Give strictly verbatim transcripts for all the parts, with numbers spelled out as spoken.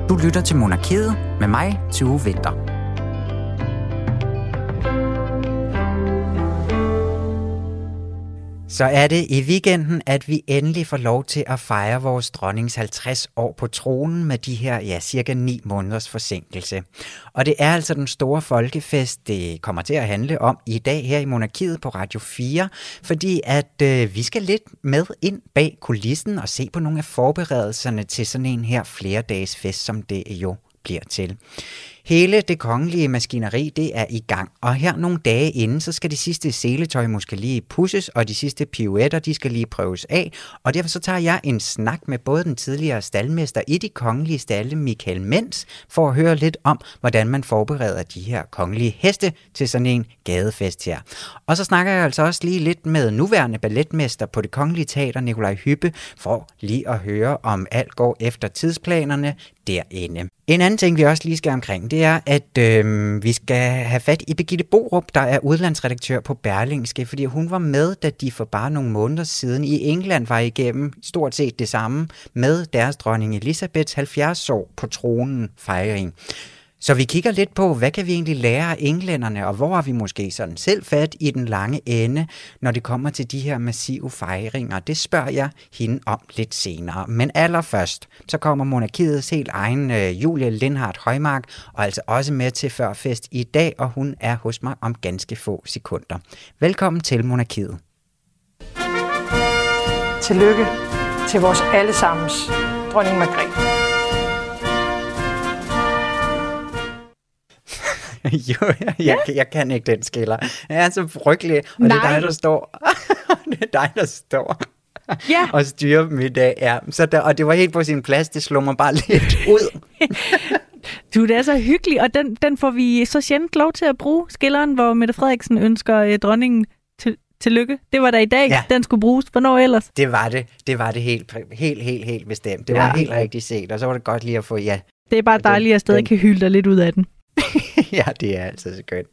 Du lytter til Monarkiet med mig, Tue Winther. Så er det i weekenden, at vi endelig får lov til at fejre vores dronnings halvtreds år på tronen med de her, ja, cirka ni måneders forsinkelse. Og det er altså den store folkefest, det kommer til at handle om i dag her i Monarkiet på Radio fire, fordi at øh, vi skal lidt med ind bag kulissen og se på nogle af forberedelserne til sådan en her flere dages fest, som det jo bliver til. Hele det kongelige maskineri, det er i gang, og her nogle dage inden, så skal de sidste seletøj måske lige pusses, og de sidste pirouetter, de skal lige prøves af, og derfor så tager jeg en snak med både den tidligere staldmester i de kongelige stalde, Michael Mentz, for at høre lidt om, hvordan man forbereder de her kongelige heste til sådan en gadefest her. Og så snakker jeg altså også lige lidt med nuværende balletmester på Det Kongelige Teater, Nikolaj Hübbe, for lige at høre, om alt går efter tidsplanerne derinde. En anden ting, vi også lige skal omkring, det er, at øh, vi skal have fat i Birgitte Borup, der er udlandsredaktør på Berlingske, fordi hun var med, da de for bare nogle måneder siden i England var igennem stort set det samme med deres dronning Elisabeths halvfjerds år på tronen fejring. Så vi kigger lidt på, hvad kan vi egentlig lære af englænderne, og hvor har vi måske sådan selv fat i den lange ende, når det kommer til de her massive fejringer. Det spørger jeg hende om lidt senere. Men allerførst, så kommer Monarkiets helt egen uh, Julie Lindhardt Højmark, og altså også med til førfest i dag, og hun er hos mig om ganske få sekunder. Velkommen til Monarkiet. Tillykke til vores allesammens dronning Margrethe. Jo, jeg, jeg, jeg kan ikke den skiller. Jeg er så frygtelig, og Nej. det er dig, der står. det er dig, der står. Ja. Og styrer dem i dag. Ja. Så der, og det var helt på sin plads, det slog mig bare lidt ud. Du, det er så hyggeligt, og den, den får vi så sjældent lov til at bruge. Skilleren, hvor Mette Frederiksen ønsker eh, dronningen til tillykke. Det var der i dag, ja. Den skulle bruges. Hvornår ellers? Det var det. Det var det helt, helt, helt, helt bestemt. Det ja. var helt rigtigt set, og så var det godt lige at få, ja. Det er bare dejligt, at jeg stadig den... kan hylde dig lidt ud af den. Ja, det er altså skønt.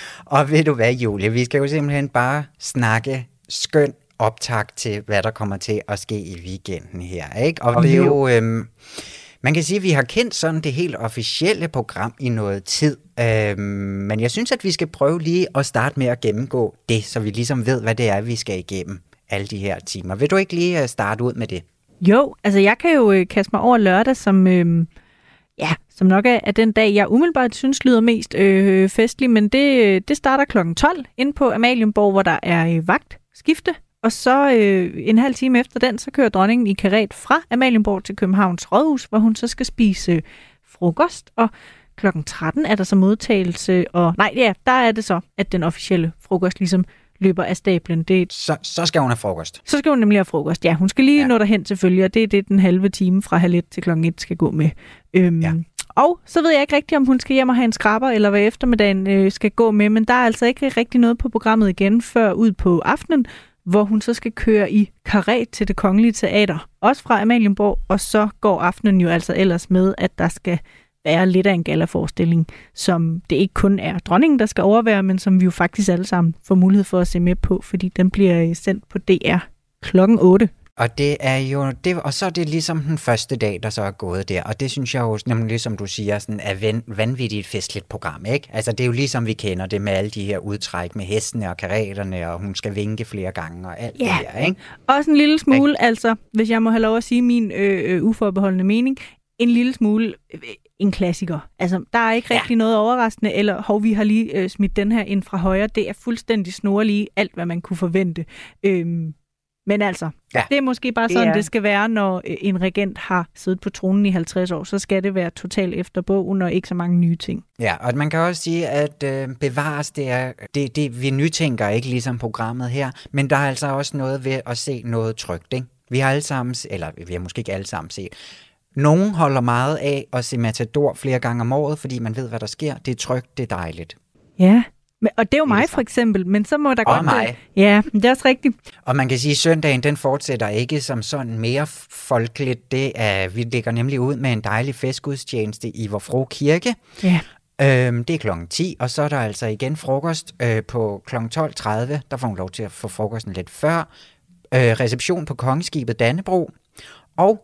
Og ved du hvad, Julie, vi skal jo simpelthen bare snakke skøn optakt til, hvad der kommer til at ske i weekenden her, ikke? Og okay. det er jo, øhm, man kan sige, at vi har kendt sådan det helt officielle program i noget tid, øhm, men jeg synes, at vi skal prøve lige at starte med at gennemgå det, så vi ligesom ved, hvad det er, vi skal igennem alle de her timer. Vil du ikke lige starte ud med det? Jo, altså jeg kan jo øh, kaste mig over lørdag, som... Øh... Ja, som nok er, er den dag, jeg umiddelbart synes lyder mest øh, festlig, men det, det starter klokken tolv inde på Amalienborg, hvor der er øh, vagtskifte, og så øh, en halv time efter den, så kører dronningen i karet fra Amalienborg til Københavns Rådhus, hvor hun så skal spise øh, frokost, og klokken tretten er der så modtagelse, og nej, ja, der er det så, at den officielle frokost ligesom løber af stablen. Det, så, så skal hun have frokost? Så skal hun nemlig have frokost, ja. Hun skal lige ja. nå derhen selvfølgelig, og det er det, den halve time fra halv et til klokken et skal gå med. Øhm, ja. Og så ved jeg ikke rigtigt, om hun skal hjem og have en skraber, eller hvad eftermiddagen øh, skal gå med, men der er altså ikke rigtig noget på programmet igen, før ud på aftenen, hvor hun så skal køre i karet til Det Kongelige Teater, også fra Amalienborg, og så går aftenen jo altså ellers med, at der skal være lidt af en gallaforestilling, som det ikke kun er dronningen, der skal overvære, men som vi jo faktisk alle sammen får mulighed for at se med på, fordi den bliver sendt på D R klokken otte. Og det er jo det, og så er det ligesom den første dag, der så er gået der, og det synes jeg jo nemlig, som du siger, sådan er van, vanvittigt festligt program, ikke? Altså det er jo ligesom vi kender det med alle de her udtræk med hestene og kareterne, og hun skal vinke flere gange og alt ja. det der, ikke? Også en lille smule, ikke? Altså, hvis jeg må have lov at sige min øh, øh, uforbeholdende mening, en lille smule øh, en klassiker. Altså, der er ikke rigtig ja. noget overraskende, eller hov, vi har lige øh, smidt den her ind fra højre. Det er fuldstændig snorlige alt, hvad man kunne forvente. Øhm, men altså, ja. det er måske bare sådan, det, det skal være, når en regent har siddet på tronen i halvtreds år, så skal det være totalt efter bogen og ikke så mange nye ting. Ja, og man kan også sige, at øh, bevares, det er, det, det, vi nytænker ikke ligesom programmet her, men der er altså også noget ved at se noget trygt, ikke? Vi har alle sammen, eller vi har måske ikke alle sammen set, nogen holder meget af at se Matador flere gange om året, fordi man ved, hvad der sker. Det er trygt, det er dejligt. Ja, og det er jo mig for eksempel, men så må der og godt... mig. Ja, det er også rigtigt. Og man kan sige, at søndagen, den fortsætter ikke som sådan mere folkeligt. Det er, vi ligger nemlig ud med en dejlig festgudstjeneste i Vor Frue Kirke. Ja. Øhm, det er klokken ti, og så er der altså igen frokost øh, på klokken tolv tredive. Der får hun lov til at få frokosten lidt før. Øh, reception på kongeskibet Dannebro. Og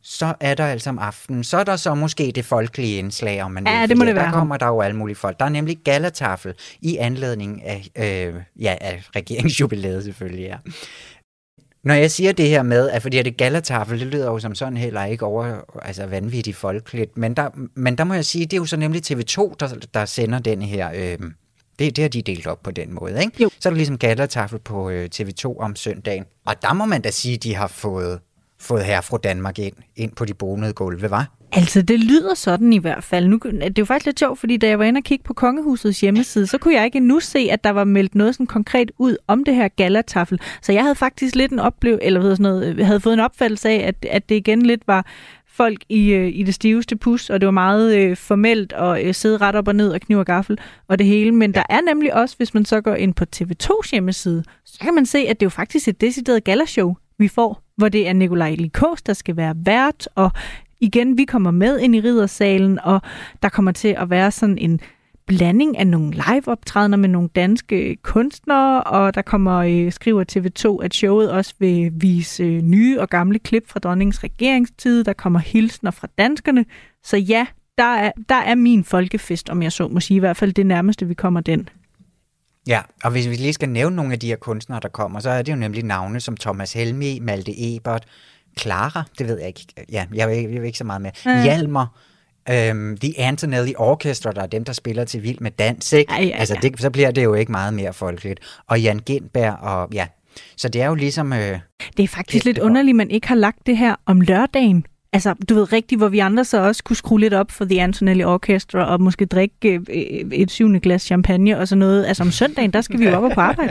så er der altså om aftenen, så er der så måske det folkelige indslag, om man ja, vil. Det må det der være. kommer der jo alle mulige folk. Der er nemlig gallatafel i anledning af, øh, ja, af regeringsjubilæet selvfølgelig, ja. Når jeg siger det her med, at fordi det gallatafel, det lyder jo som sådan heller ikke over, altså vanvittigt folkeligt, men der, men der må jeg sige, det er jo så nemlig T V to, der, der sender den her, øh, det, det har de delt op på den måde, ikke? Jo. Så er der ligesom gallatafel på øh, T V to om søndagen, og der må man da sige, de har fået, fået her fra Danmark ind, ind på de bonede gulve, hva'? Altså, det lyder sådan i hvert fald. Nu, det er jo faktisk lidt sjovt, fordi da jeg var inde og kigge på Kongehusets hjemmeside, så kunne jeg ikke endnu se, at der var meldt noget sådan konkret ud om det her gallatafel. Så jeg havde faktisk lidt en oplevelse, eller ved sådan noget, havde fået en opfattelse af, at, at det igen lidt var folk i, øh, i det stiveste pus, og det var meget øh, formelt at øh, sidde ret op og ned og kniv og gaffel og det hele. Men der er nemlig også, hvis man så går ind på T V tos hjemmeside, så kan man se, at det er jo faktisk et decideret gallashow, vi får, hvor det er Nikolaj Likos, der skal være vært, og igen, vi kommer med ind i riddersalen, og der kommer til at være sådan en blanding af nogle live-optrædener med nogle danske kunstnere, og der kommer, øh, skriver T V to, at showet også vil vise øh, nye og gamle klip fra dronningens regeringstid. Der kommer hilsner fra danskerne. Så ja, der er, der er min folkefest, om jeg så må sige, i hvert fald det nærmeste, vi kommer den. Ja, og hvis vi lige skal nævne nogle af de her kunstnere, der kommer, så er det jo nemlig navne som Thomas Helmig, Malte Ebert, Clara, det ved jeg ikke, ja, jeg ved, jeg ved ikke så meget mere, ja. Hjalmar, um, The Antonelli Orchestra, der er dem, der spiller til Vild med Dans, ikke? Ja, ja, ja. Altså, det, så bliver det jo ikke meget mere folkeligt. Og Jan Gintberg, og ja, så det er jo ligesom... Øh, det er faktisk lidt underligt, man ikke har lagt det her om lørdagen. Altså, du ved rigtigt, hvor vi andre så også kunne skrue lidt op for The Antonelli Orchestra, og måske drikke øh, et syvende glas champagne og sådan noget. Altså, om søndagen, der skal vi jo op og på arbejde.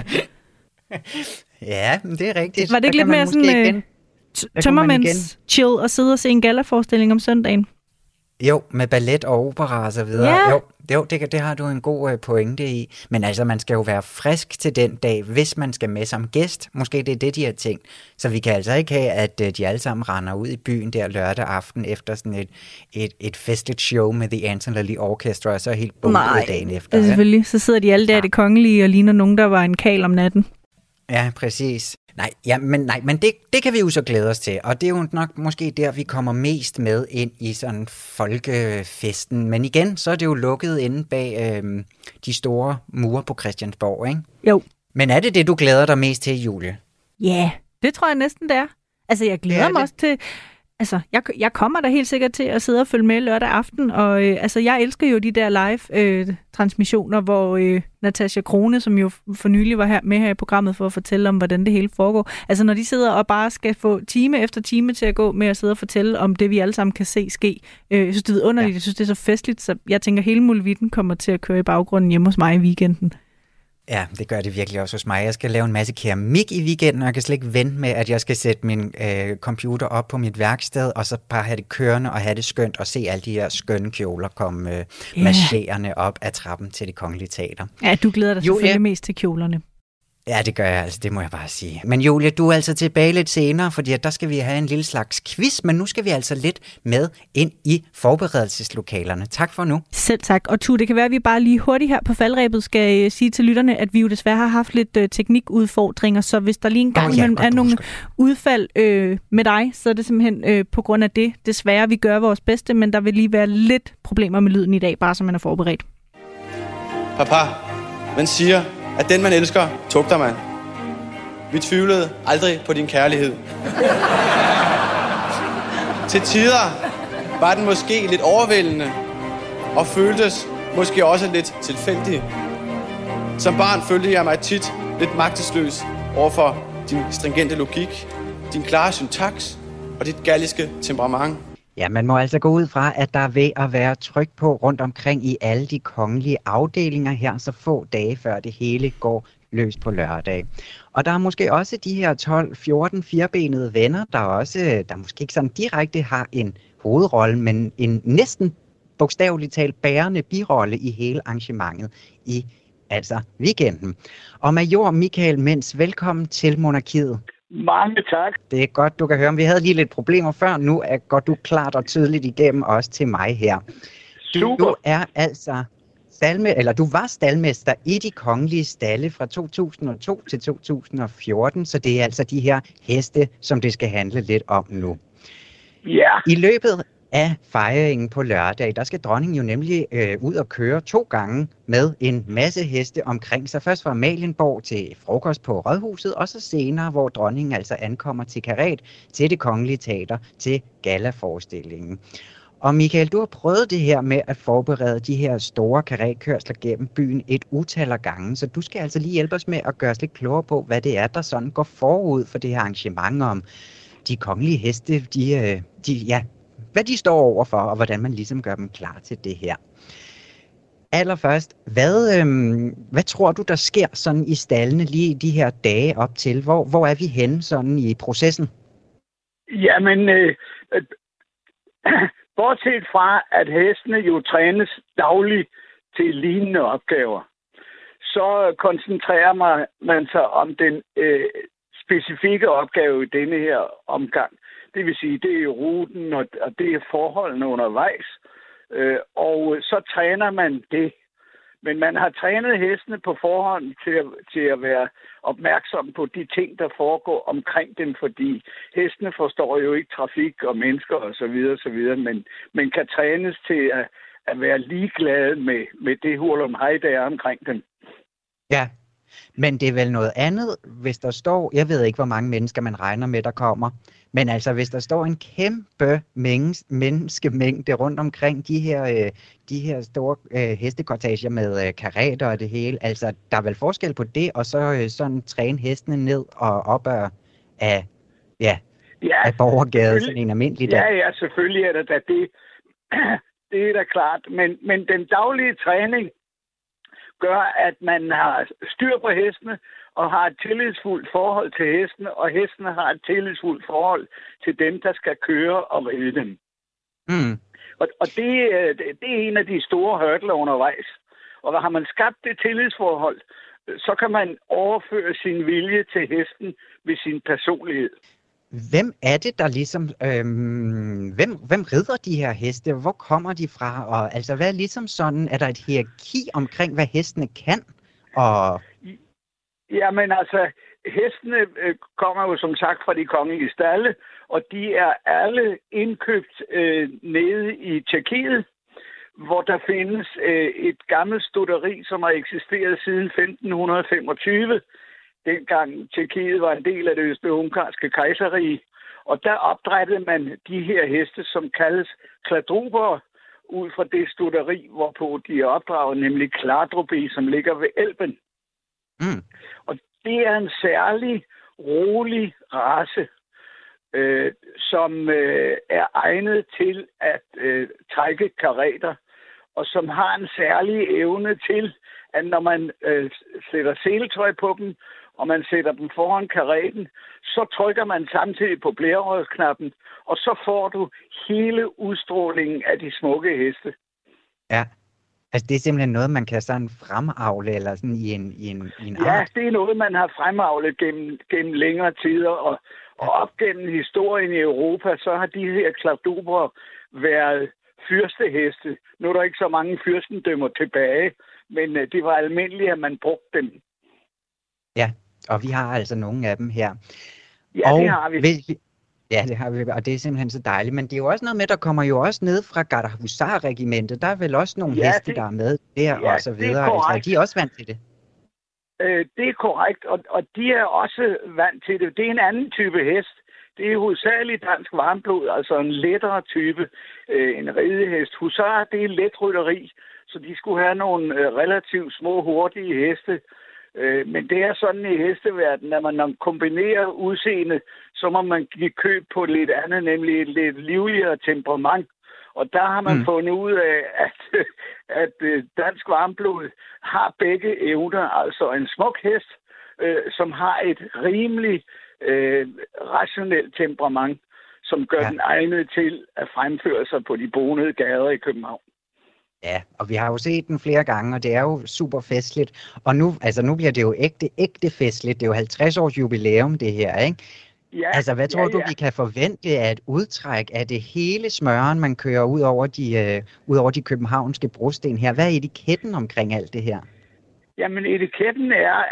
Ja, det er rigtigt. Var det ikke lidt mere sådan... tømmermænds chill og sidde og se en gallaforestilling om søndagen? Jo, med ballet og opera og så videre. Ja. Jo, jo det, det har du en god uh, pointe i. Men altså, man skal jo være frisk til den dag, hvis man skal med som gæst. Måske det er det, de har tænkt. Så vi kan altså ikke have, at uh, de alle sammen render ud i byen der lørdag aften efter sådan et, et, et festligt show med The Antonelli Orchestra, og så helt bumpet dagen efter. Nej, selvfølgelig. Så sidder de alle der ja. i det kongelige og ligner nogen, der var en kal om natten. Ja, præcis. Nej, ja, men, nej, men det, det kan vi jo så glæde os til, og det er jo nok måske der, vi kommer mest med ind i sådan folkefesten. Men igen, så er det jo lukket inde bag øh, de store mure på Christiansborg, ikke? Jo. Men er det det, du glæder dig mest til, Julie? Ja, yeah, det tror jeg næsten, det er. Altså, jeg glæder mig også til... Altså, jeg, jeg kommer da helt sikkert til at sidde og følge med lørdag aften, og øh, altså, jeg elsker jo de der live-transmissioner, øh, hvor øh, Natasja Crone, som jo for nylig var her med her i programmet for at fortælle om, hvordan det hele foregår. Altså, når de sidder og bare skal få time efter time til at gå med at sidde og fortælle om det, vi alle sammen kan se ske. Øh, jeg synes, det er underligt. Ja. Jeg synes, det er så festligt, så jeg tænker, hele muligheden kommer til at køre i baggrunden hjemme hos mig i weekenden. Ja, det gør det virkelig også hos mig. Jeg skal lave en masse keramik i weekenden, og jeg kan slet ikke vente med, at jeg skal sætte min øh, computer op på mit værksted, og så bare have det kørende og have det skønt, og se alle de her skønne kjoler komme øh, yeah. marcherende op ad trappen til Det Kongelige Teater. Ja, du glæder dig Julie. selvfølgelig mest til kjolerne. Ja, det gør jeg altså, det må jeg bare sige. Men Julie, du er altså tilbage lidt senere, fordi der skal vi have en lille slags quiz, men nu skal vi altså lidt med ind i forberedelseslokalerne. Tak for nu. Selv tak. Og Tu, det kan være, at vi bare lige hurtigt her på faldrebet skal sige til lytterne, at vi jo desværre har haft lidt øh, teknikudfordringer, så hvis der lige en gang oh, ja, imellem er nogle udfald øh, med dig, så er det simpelthen øh, på grund af det. Desværre, vi gør vores bedste, men der vil lige være lidt problemer med lyden i dag, bare så man er forberedt. Papa, man siger, at den, man elsker, tugter man. Vi tvivlede aldrig på din kærlighed. Til tider var den måske lidt overvældende, og føltes måske også lidt tilfældig. Som barn følte jeg mig tit lidt magtesløs overfor din stringente logik, din klare syntaks og dit galliske temperament. Ja, man må altså gå ud fra, at der er ved at være tryk på rundt omkring i alle de kongelige afdelinger her, så få dage før det hele går løs på lørdag. Og der er måske også de her tolv fjorten firbenede venner, der også, der måske ikke sådan direkte har en hovedrolle, men en næsten bogstaveligt talt bærende birolle i hele arrangementet i altså weekenden. Og major Michael Mentz, velkommen til Monarkiet. Mange tak. Det er godt, du kan høre. Vi havde lige lidt problemer før. Nu er, går du klart og tydeligt igennem også til mig her. Super. Du er altså staldme, eller du var staldmester i de kongelige stalle fra to tusind og to til to tusind og fjorten, så det er altså de her heste, som det skal handle lidt om nu. Ja. I løbet af fejringen på lørdag, der skal dronningen jo nemlig øh, ud og køre to gange med en masse heste omkring sig. Først fra Amalienborg til frokost på Rådhuset, og så senere, hvor dronningen altså ankommer til Karet, til Det Kongelige Teater, til gallaforestillingen. Og Michael, du har prøvet det her med at forberede de her store karetkørsler gennem byen et utal af gange, så du skal altså lige hjælpe os med at gøre os lidt klogere på, hvad det er, der sådan går forud for det her arrangement om de kongelige heste, de, de, ja, hvad de står overfor, og hvordan man ligesom gør dem klar til det her. Allerførst, hvad, øhm, hvad tror du, der sker sådan i staldene lige de her dage op til? Hvor, hvor er vi henne sådan i processen? Jamen, øh, øh, bortset fra, at hestene jo trænes dagligt til lignende opgaver, så koncentrerer man, man sig om den øh, specifikke opgave i denne her omgang. Det vil sige, det er ruten, og, og det er forholdene undervejs. Øh, og så træner man det. Men man har trænet hestene på forhånd til at, til at være opmærksom på de ting, der foregår omkring dem, fordi hestene forstår jo ikke trafik og mennesker osv., osv., men, men kan trænes til at, at være ligeglade med, med det hurlumhej, der er omkring dem. Ja, men det er vel noget andet, hvis der står, jeg ved ikke, hvor mange mennesker man regner med, der kommer, men altså, hvis der står en kæmpe menneskemængde rundt omkring de her, øh, de her store øh, hestekortager med øh, karetter og det hele, altså, der er vel forskel på det, og så øh, sådan træne hestene ned og op af, af, ja, ja, af Borgergade, sådan en almindelig dag. Ja, ja, selvfølgelig er det da det. Det er da klart, men, men den daglige træning gør, at man har styr på hestene, og har et tillidsfuldt forhold til hestene, og hestene har et tillidsfuldt forhold til dem, der skal køre og ride dem. Mm. Og, og det, det er en af de store hurdler undervejs. Og har man skabt det tillidsforhold, så kan man overføre sin vilje til hesten ved sin personlighed. Hvem er det, der ligesom... Øhm, hvem, hvem rider de her heste? Hvor kommer de fra? Og, altså, hvad er ligesom sådan... Er der et hierarki omkring, hvad hestene kan? Og... Jamen altså, hestene øh, kommer jo som sagt fra de kongelige stalle, og de er alle indkøbt øh, nede i Tjekkiet, hvor der findes øh, et gammelt stutteri, som har eksisteret siden femten femogtyve. Dengang Tjekkiet var en del af det østrig-ungarske kejserrige. Og der opdrættede man de her heste, som kaldes kladruber, ud fra det stutteri, hvorpå de er opdraget, nemlig Kladruby, som ligger ved Elben. Mm. Og det er en særlig rolig race, øh, som øh, er egnet til at øh, trække karetter, og som har en særlig evne til, at når man øh, sætter seletøj på dem, og man sætter dem foran karetten, så trykker man samtidig på blærerødsknappen, og så får du hele udstrålingen af de smukke heste. Ja, altså det er simpelthen noget, man kan sådan fremavle eller sådan i en, i en, i en art. Ja, det er noget, man har fremavlet gennem, gennem længere tider, og, og op gennem historien i Europa, så har de her kladruber været fyrsteheste. Nu er der ikke så mange fyrstendømmer tilbage, men det var almindeligt, at man brugte dem. Ja, og vi har altså nogle af dem her. Ja, og det har vi. Vil, ja, det har vi, og det er simpelthen så dejligt. Men det er jo også noget med, der kommer jo også ned fra Gardehusar-regimentet. Der er vel også nogle ja, heste, det, der er med der ja, og så videre. Altså, de er også vant til det. Øh, det er korrekt, og, og de er også vant til det. Det er en anden type hest. Det er hovedsageligt dansk varmblod, altså en lettere type, øh, en ridehest. Husar, det er let rytteri, så de skulle have nogle øh, relativt små, hurtige heste. Øh, men det er sådan i hesteverdenen, at man, når man kombinerer udseende, så må man give køb på lidt andet, nemlig et lidt livligere temperament. Og der har man mm. fundet ud af, at, at dansk varmblod har begge evner, altså en smuk hest, øh, som har et rimeligt øh, rationelt temperament, som gør ja. den egnet til at fremføre sig på de bonede gader i København. Ja, og vi har jo set den flere gange, og det er jo super festligt. Og nu, altså nu bliver det jo ægte, ægte festligt. Det er jo halvtreds års jubilæum, det her, ikke? Ja, altså, hvad tror ja, du, ja. vi kan forvente af et udtræk af det hele smøren, man kører ud over de, øh, ud over de københavnske brosten her? Hvad er etiketten omkring alt det her? Jamen, etiketten er, at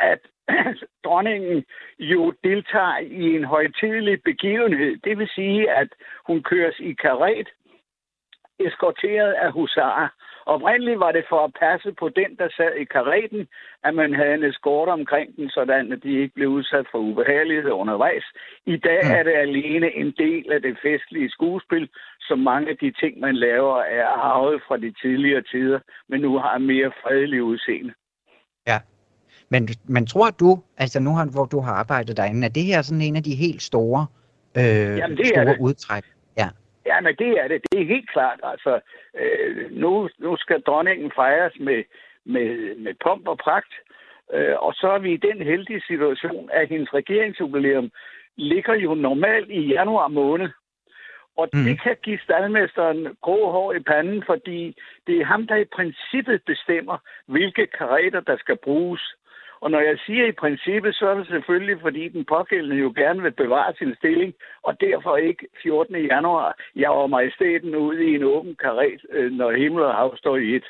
dronningen jo deltager i en højtidelig begivenhed. Det vil sige, at hun køres i karet, eskorteret af husarer. Oprindeligt var det for at passe på den, der sad i kareten, at man havde en eskorte omkring den, sådan at de ikke blev udsat for ubehagelighed undervejs. I dag er det alene en del af det festlige skuespil, som mange af de ting, man laver, er arvet fra de tidligere tider, men nu har mere fredelig udseende. Ja, men, men tror du, altså nu hvor du har arbejdet derinde, er det her sådan en af de helt store, øh, Jamen, det store er det. udtræk? Ja. Ja, men det er det. Det er helt klart. Altså, øh, nu, nu skal dronningen fejres med, med, med pomp og pragt, øh, og så er vi i den heldige situation, at hendes regeringsjubilæum ligger jo normalt i januar måned. Og mm. det kan give staldmesteren grå hår i panden, fordi det er ham, der i princippet bestemmer, hvilke karetter, der skal bruges. Og når jeg siger i princippet, så er det selvfølgelig, fordi den pågældende jo gerne vil bevare sin stilling, og derfor ikke fjortende januar, jeg var majestæten ude i en åben karet, når himmel og hav står i et.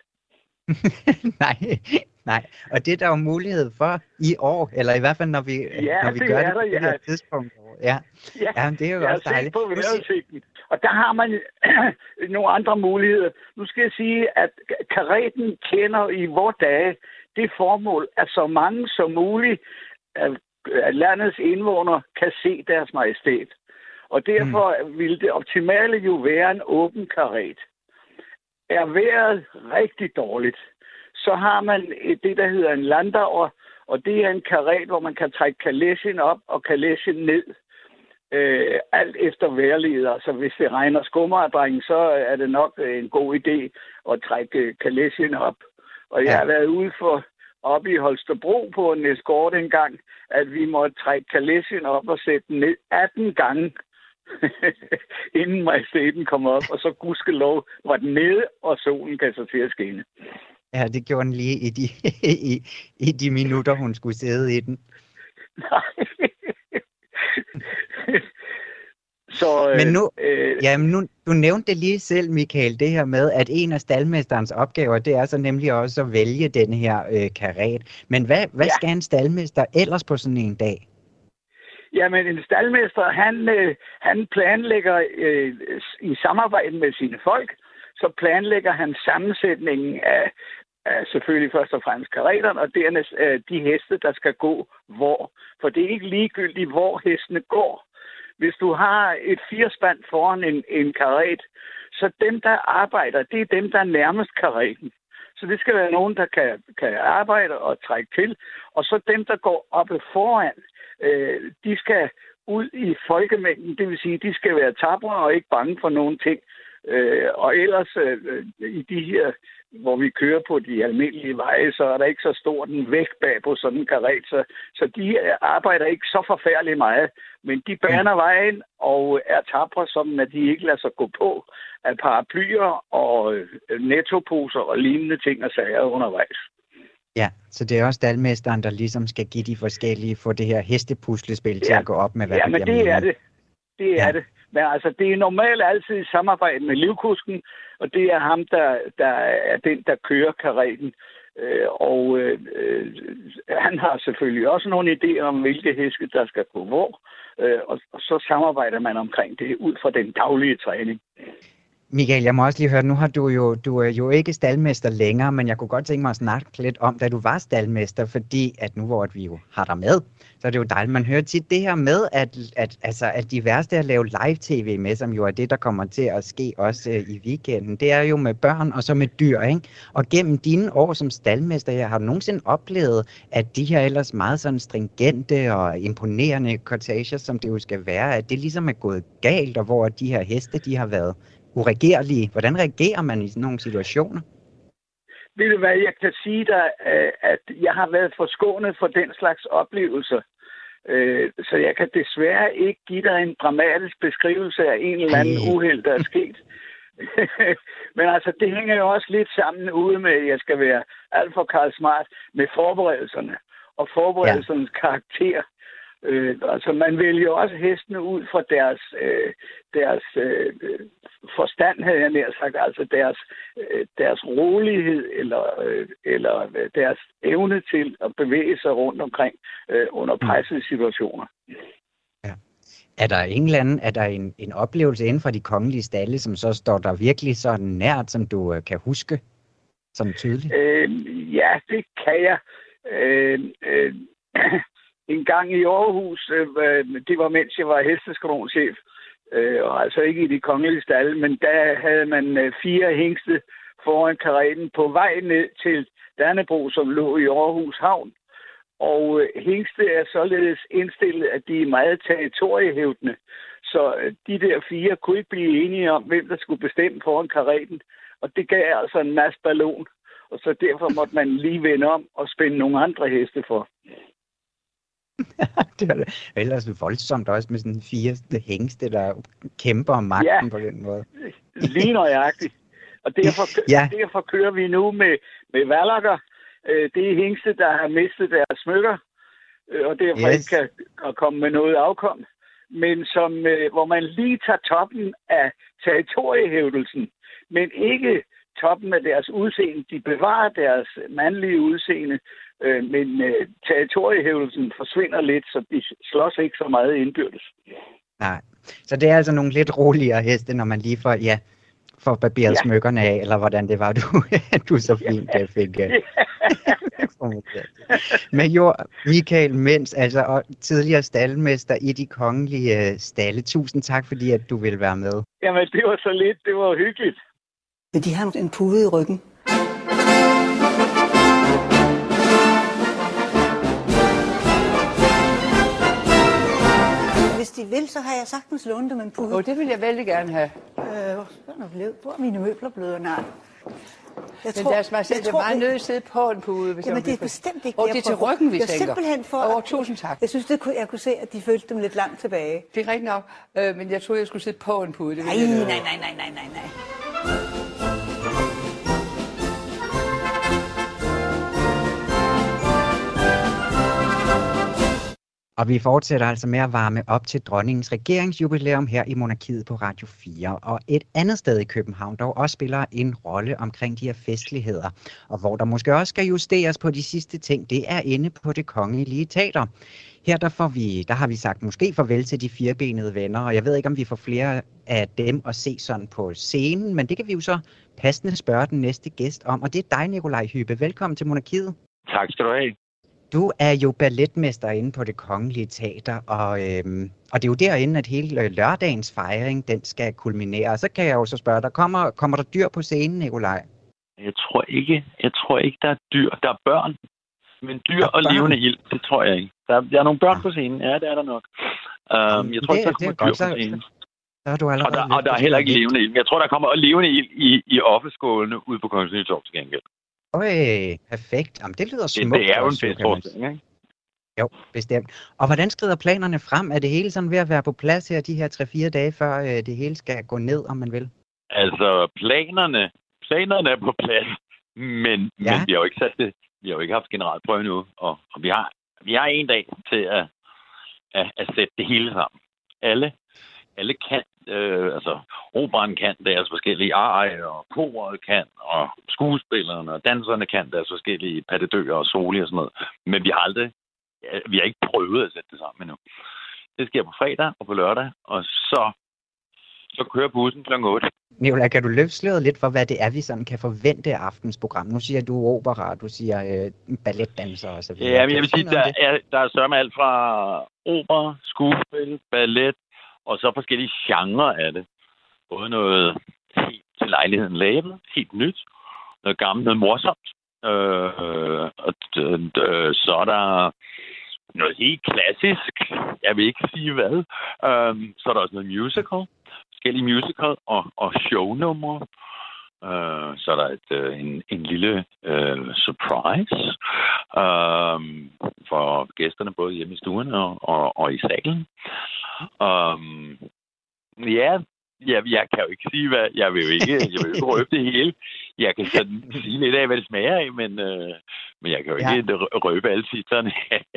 nej, nej. Og det er der jo mulighed for i år, eller i hvert fald, når vi, ja, når vi det gør er det på der, det ja. her tidspunkt. Ja, ja, ja det er jo jeg også dejligt. På og der har man nogle andre muligheder. Nu skal jeg sige, at kareten kender i vores dage det formål, at så mange som muligt af landets indvånere kan se deres majestæt. Og derfor mm. vil det optimale jo være en åben karet. Er vejret rigtig dårligt, så har man det, der hedder en landauer, og det er en karet, hvor man kan trække kalæsjen op og kalæsjen ned. Øh, alt efter vejrliget. Så hvis det regner skummeradring, så er det nok en god idé at trække kalæsjen op. Og jeg ja. har været ude for oppe i Holstebro på en eskorte engang, at vi måtte trække kalæsjen op og sætte den ned atten gange, inden majestæten kom op, og så gudskelov var den nede, og solen kan så til at skinne. Ja, det gjorde den lige i de, i, i de minutter, hun skulle sidde i den. Nej. Så, Men nu, øh, jamen nu, du nævnte det lige selv, Michael, det her med, at en af staldmesterens opgaver, det er så nemlig også at vælge den her øh, karet. Men hvad, hvad ja. skal en staldmester ellers på sådan en dag? Jamen, en staldmester, han, øh, han planlægger øh, i samarbejde med sine folk, så planlægger han sammensætningen af, af selvfølgelig først og fremmest kareterne, og dernæst øh, de heste, der skal gå hvor. For det er ikke ligegyldigt, hvor hestene går. Hvis du har et firespand foran en, en karet, så dem, der arbejder, det er dem, der er nærmest kareten. Så det skal være nogen, der kan, kan arbejde og trække til. Og så dem, der går oppe foran, øh, de skal ud i folkemængden. Det vil sige, de skal være tapre og ikke bange for nogen ting. Øh, og ellers øh, i de her, hvor vi kører på de almindelige veje, så er der ikke så stort en vægt bag på sådan en karet. Så, så de arbejder ikke så forfærdeligt meget, men de baner vejen og er tapre, som at de ikke lader sig gå på af paraplyer og nettoposer og lignende ting og sager undervejs. Ja, så det er også staldmesteren, der ligesom skal give de forskellige, få det her hestepuslespil til ja. at gå op med, hvad ja, det men det er det. Det er ja. det. Men altså, det er normalt altid i samarbejde med livkusken, og det er ham, der, der er den, der kører kareten. Øh, og øh, han har selvfølgelig også nogle idéer om, hvilke heste, der skal gå hvor. Øh, og, og så samarbejder man omkring det ud fra den daglige træning. Michael, jeg må også lige høre, nu har du jo, du er jo ikke staldmester længere, men jeg kunne godt tænke mig at snakke lidt om, da du var staldmester, fordi at nu hvor vi jo har dig med, så er det jo dejligt. Man hører tit det her med, at, at, altså, at de værste at lave live-tv med, som jo er det, der kommer til at ske også øh, i weekenden, det er jo med børn og så med dyr, ikke? Og gennem dine år som staldmester, jeg har du nogensinde oplevet, at de her ellers meget sådan stringente og imponerende cortager, som det jo skal være, at det ligesom er gået galt, og hvor de her heste, de har været uregerlige. Hvordan reagerer man i sådan nogle situationer? Ved du hvad, jeg kan sige dig, at jeg har været forskånet for den slags oplevelser. Så jeg kan desværre ikke give dig en dramatisk beskrivelse af en eller anden uheld, der er sket. Men altså, det hænger jo også lidt sammen ude med, at jeg skal være alt for Karl Smart, med forberedelserne og forberedelsernes ja. karakter. Øh, altså man vælger også hestene ud fra deres, øh, deres øh, forstand, havde jeg nær sagt, altså deres, øh, deres rolighed eller, øh, eller deres evne til at bevæge sig rundt omkring øh, under pressede situationer. Ja. Er der en eller anden, er der en, en oplevelse inden for de kongelige stalle, som så står der virkelig så nært, som du øh, kan huske sådan tydeligt? Øh, ja, det kan jeg. Øh, øh, En gang i Aarhus, øh, det var mens jeg var hesteskronchef, øh, og altså ikke i de kongelige stalle, men der havde man øh, fire hængste foran kareten på vej ned til Dannebrog, som lå i Aarhus Havn. Og øh, hængste er således indstillet, at de er meget territoriehævdende. Så øh, de der fire kunne ikke blive enige om, hvem der skulle bestemme foran kareten. Og det gav altså en masse ballon. Og så derfor måtte man lige vende om og spænde nogle andre heste for. Det var ellers voldsomt også med sådan fire hængste, der kæmper om magten ja, på den måde. Lige nøjagtigt. Og derfor, ja. derfor kører vi nu med, med Wallacker. Det er hængste, der har mistet deres smykker, og derfor yes. ikke kan komme med noget afkom. Men som, hvor man lige tager toppen af territoriehævdelsen, men ikke toppen af deres udseende. De bevarer deres mandlige udseende, øh, men øh, territoriehævdelsen forsvinder lidt, så de slås ikke så meget indbyrdes. Nej, så det er altså nogle lidt roligere heste, når man lige får, ja, får barberet ja. smykkerne af, eller hvordan det var, du, du så fint ja. fik. Ja. Men jo, Michael Mentz, altså og tidligere staldmester i de kongelige stalle. Tusind tak, fordi at du ville være med. Jamen, det var så lidt. Det var hyggeligt. De har en pude i ryggen. Hvis de vil, så har jeg sagtens lånt dem en pude. Åh, oh, det vil jeg vældig gerne have. Øh, hvor er mine møbler blevet? Nej. Jeg men tror, deres majestæt er meget nødt til at sidde på en pude. Hvis jamen, det er bestemt ikke og det er til ryggen, vi jeg tænker. Simpelthen for... Åh, oh, tusind tak. Jeg synes, det kunne, jeg kunne se, at de følte dem lidt langt tilbage. Det er rigtigt nok, øh, men jeg troede, jeg skulle sidde på en pude. Det nej, nej, nej, nej, nej, nej, nej. Og vi fortsætter altså med at varme op til dronningens regeringsjubilæum her i Monarkiet på Radio fire. Og et andet sted i København, der også spiller en rolle omkring de her festligheder. Og hvor der måske også skal justeres på de sidste ting, det er inde på Det Kongelige Teater. Her der, får vi, der har vi sagt måske farvel til de firebenede venner, og jeg ved ikke, om vi får flere af dem at se sådan på scenen, men det kan vi jo så passende spørge den næste gæst om. Og det er dig, Nikolaj Hübbe. Velkommen til Monarkiet. Tak skal du have. Du er jo balletmester inde på Det Kongelige Teater, og, øhm, og det er jo derinde, at hele lørdagens fejring, den skal kulminere. Og så kan jeg jo så spørge dig, kommer, kommer der dyr på scenen, Nikolaj? Jeg tror ikke, jeg tror ikke, der er dyr. Der er børn, men dyr og børn. Levende ild, det tror jeg ikke. Der, der er nogle børn på scenen, ja, det er der nok. Um, jeg tror det, ikke, der kommer dyr godt, på scenen. Så er du og der, og der er heller ikke levende ild. Jeg tror, der kommer levende ild i, i offeskålene ude på Kongens Nytorv til gengæld. Øj, perfekt. Jamen, det lyder smukt. Det, det er jo en festforestilling, ikke? Jo, bestemt. Og hvordan skrider planerne frem? Er det hele sådan ved at være på plads her de her tre fire dage, før øh, det hele skal gå ned, om man vil? Altså, planerne, planerne er på plads, men, ja. men vi har jo ikke sat det. Vi har jo ikke haft generalprøve nu, og, og vi har vi har en dag til at, at, at sætte det hele sammen. Alle, alle kan, øh, altså operaen kan deres forskellige arier, og koret kan, og skuespillerne og danserne kan deres forskellige pattedøer og soli og sådan noget. Men vi har aldrig, vi har ikke prøvet at sætte det sammen endnu. Det sker på fredag og på lørdag, og så, så kører bussen klokken otte. Nicolai, kan du løfte sløret lidt for, hvad det er, vi sådan kan forvente af aftens program? Nu siger du opera, du siger øh, balletdanser og så videre. Ja, men jeg vil sige, der er, der er sørme alt fra opera, skuespil, ballet, og så forskellige genrer af det. Både noget helt til lejligheden lavet, helt nyt, noget gammelt, noget morsomt. Øh, og øh, så er der noget helt klassisk, jeg vil ikke sige hvad. Øh, så er der også noget musical, forskellige musical og, og shownumre. Øh, så er der et, øh, en, en lille øh, surprise øh, for gæsterne, både hjemme i stuen og, og, og i salen. Um, ja, ja, jeg kan jo ikke sige, hvad jeg vil jo ikke, jeg vil jo ikke røbe det hele. jeg kan sådan sige lidt af, hvad det smager af, men, øh, men jeg kan jo ikke ja. røbe alle titlerne.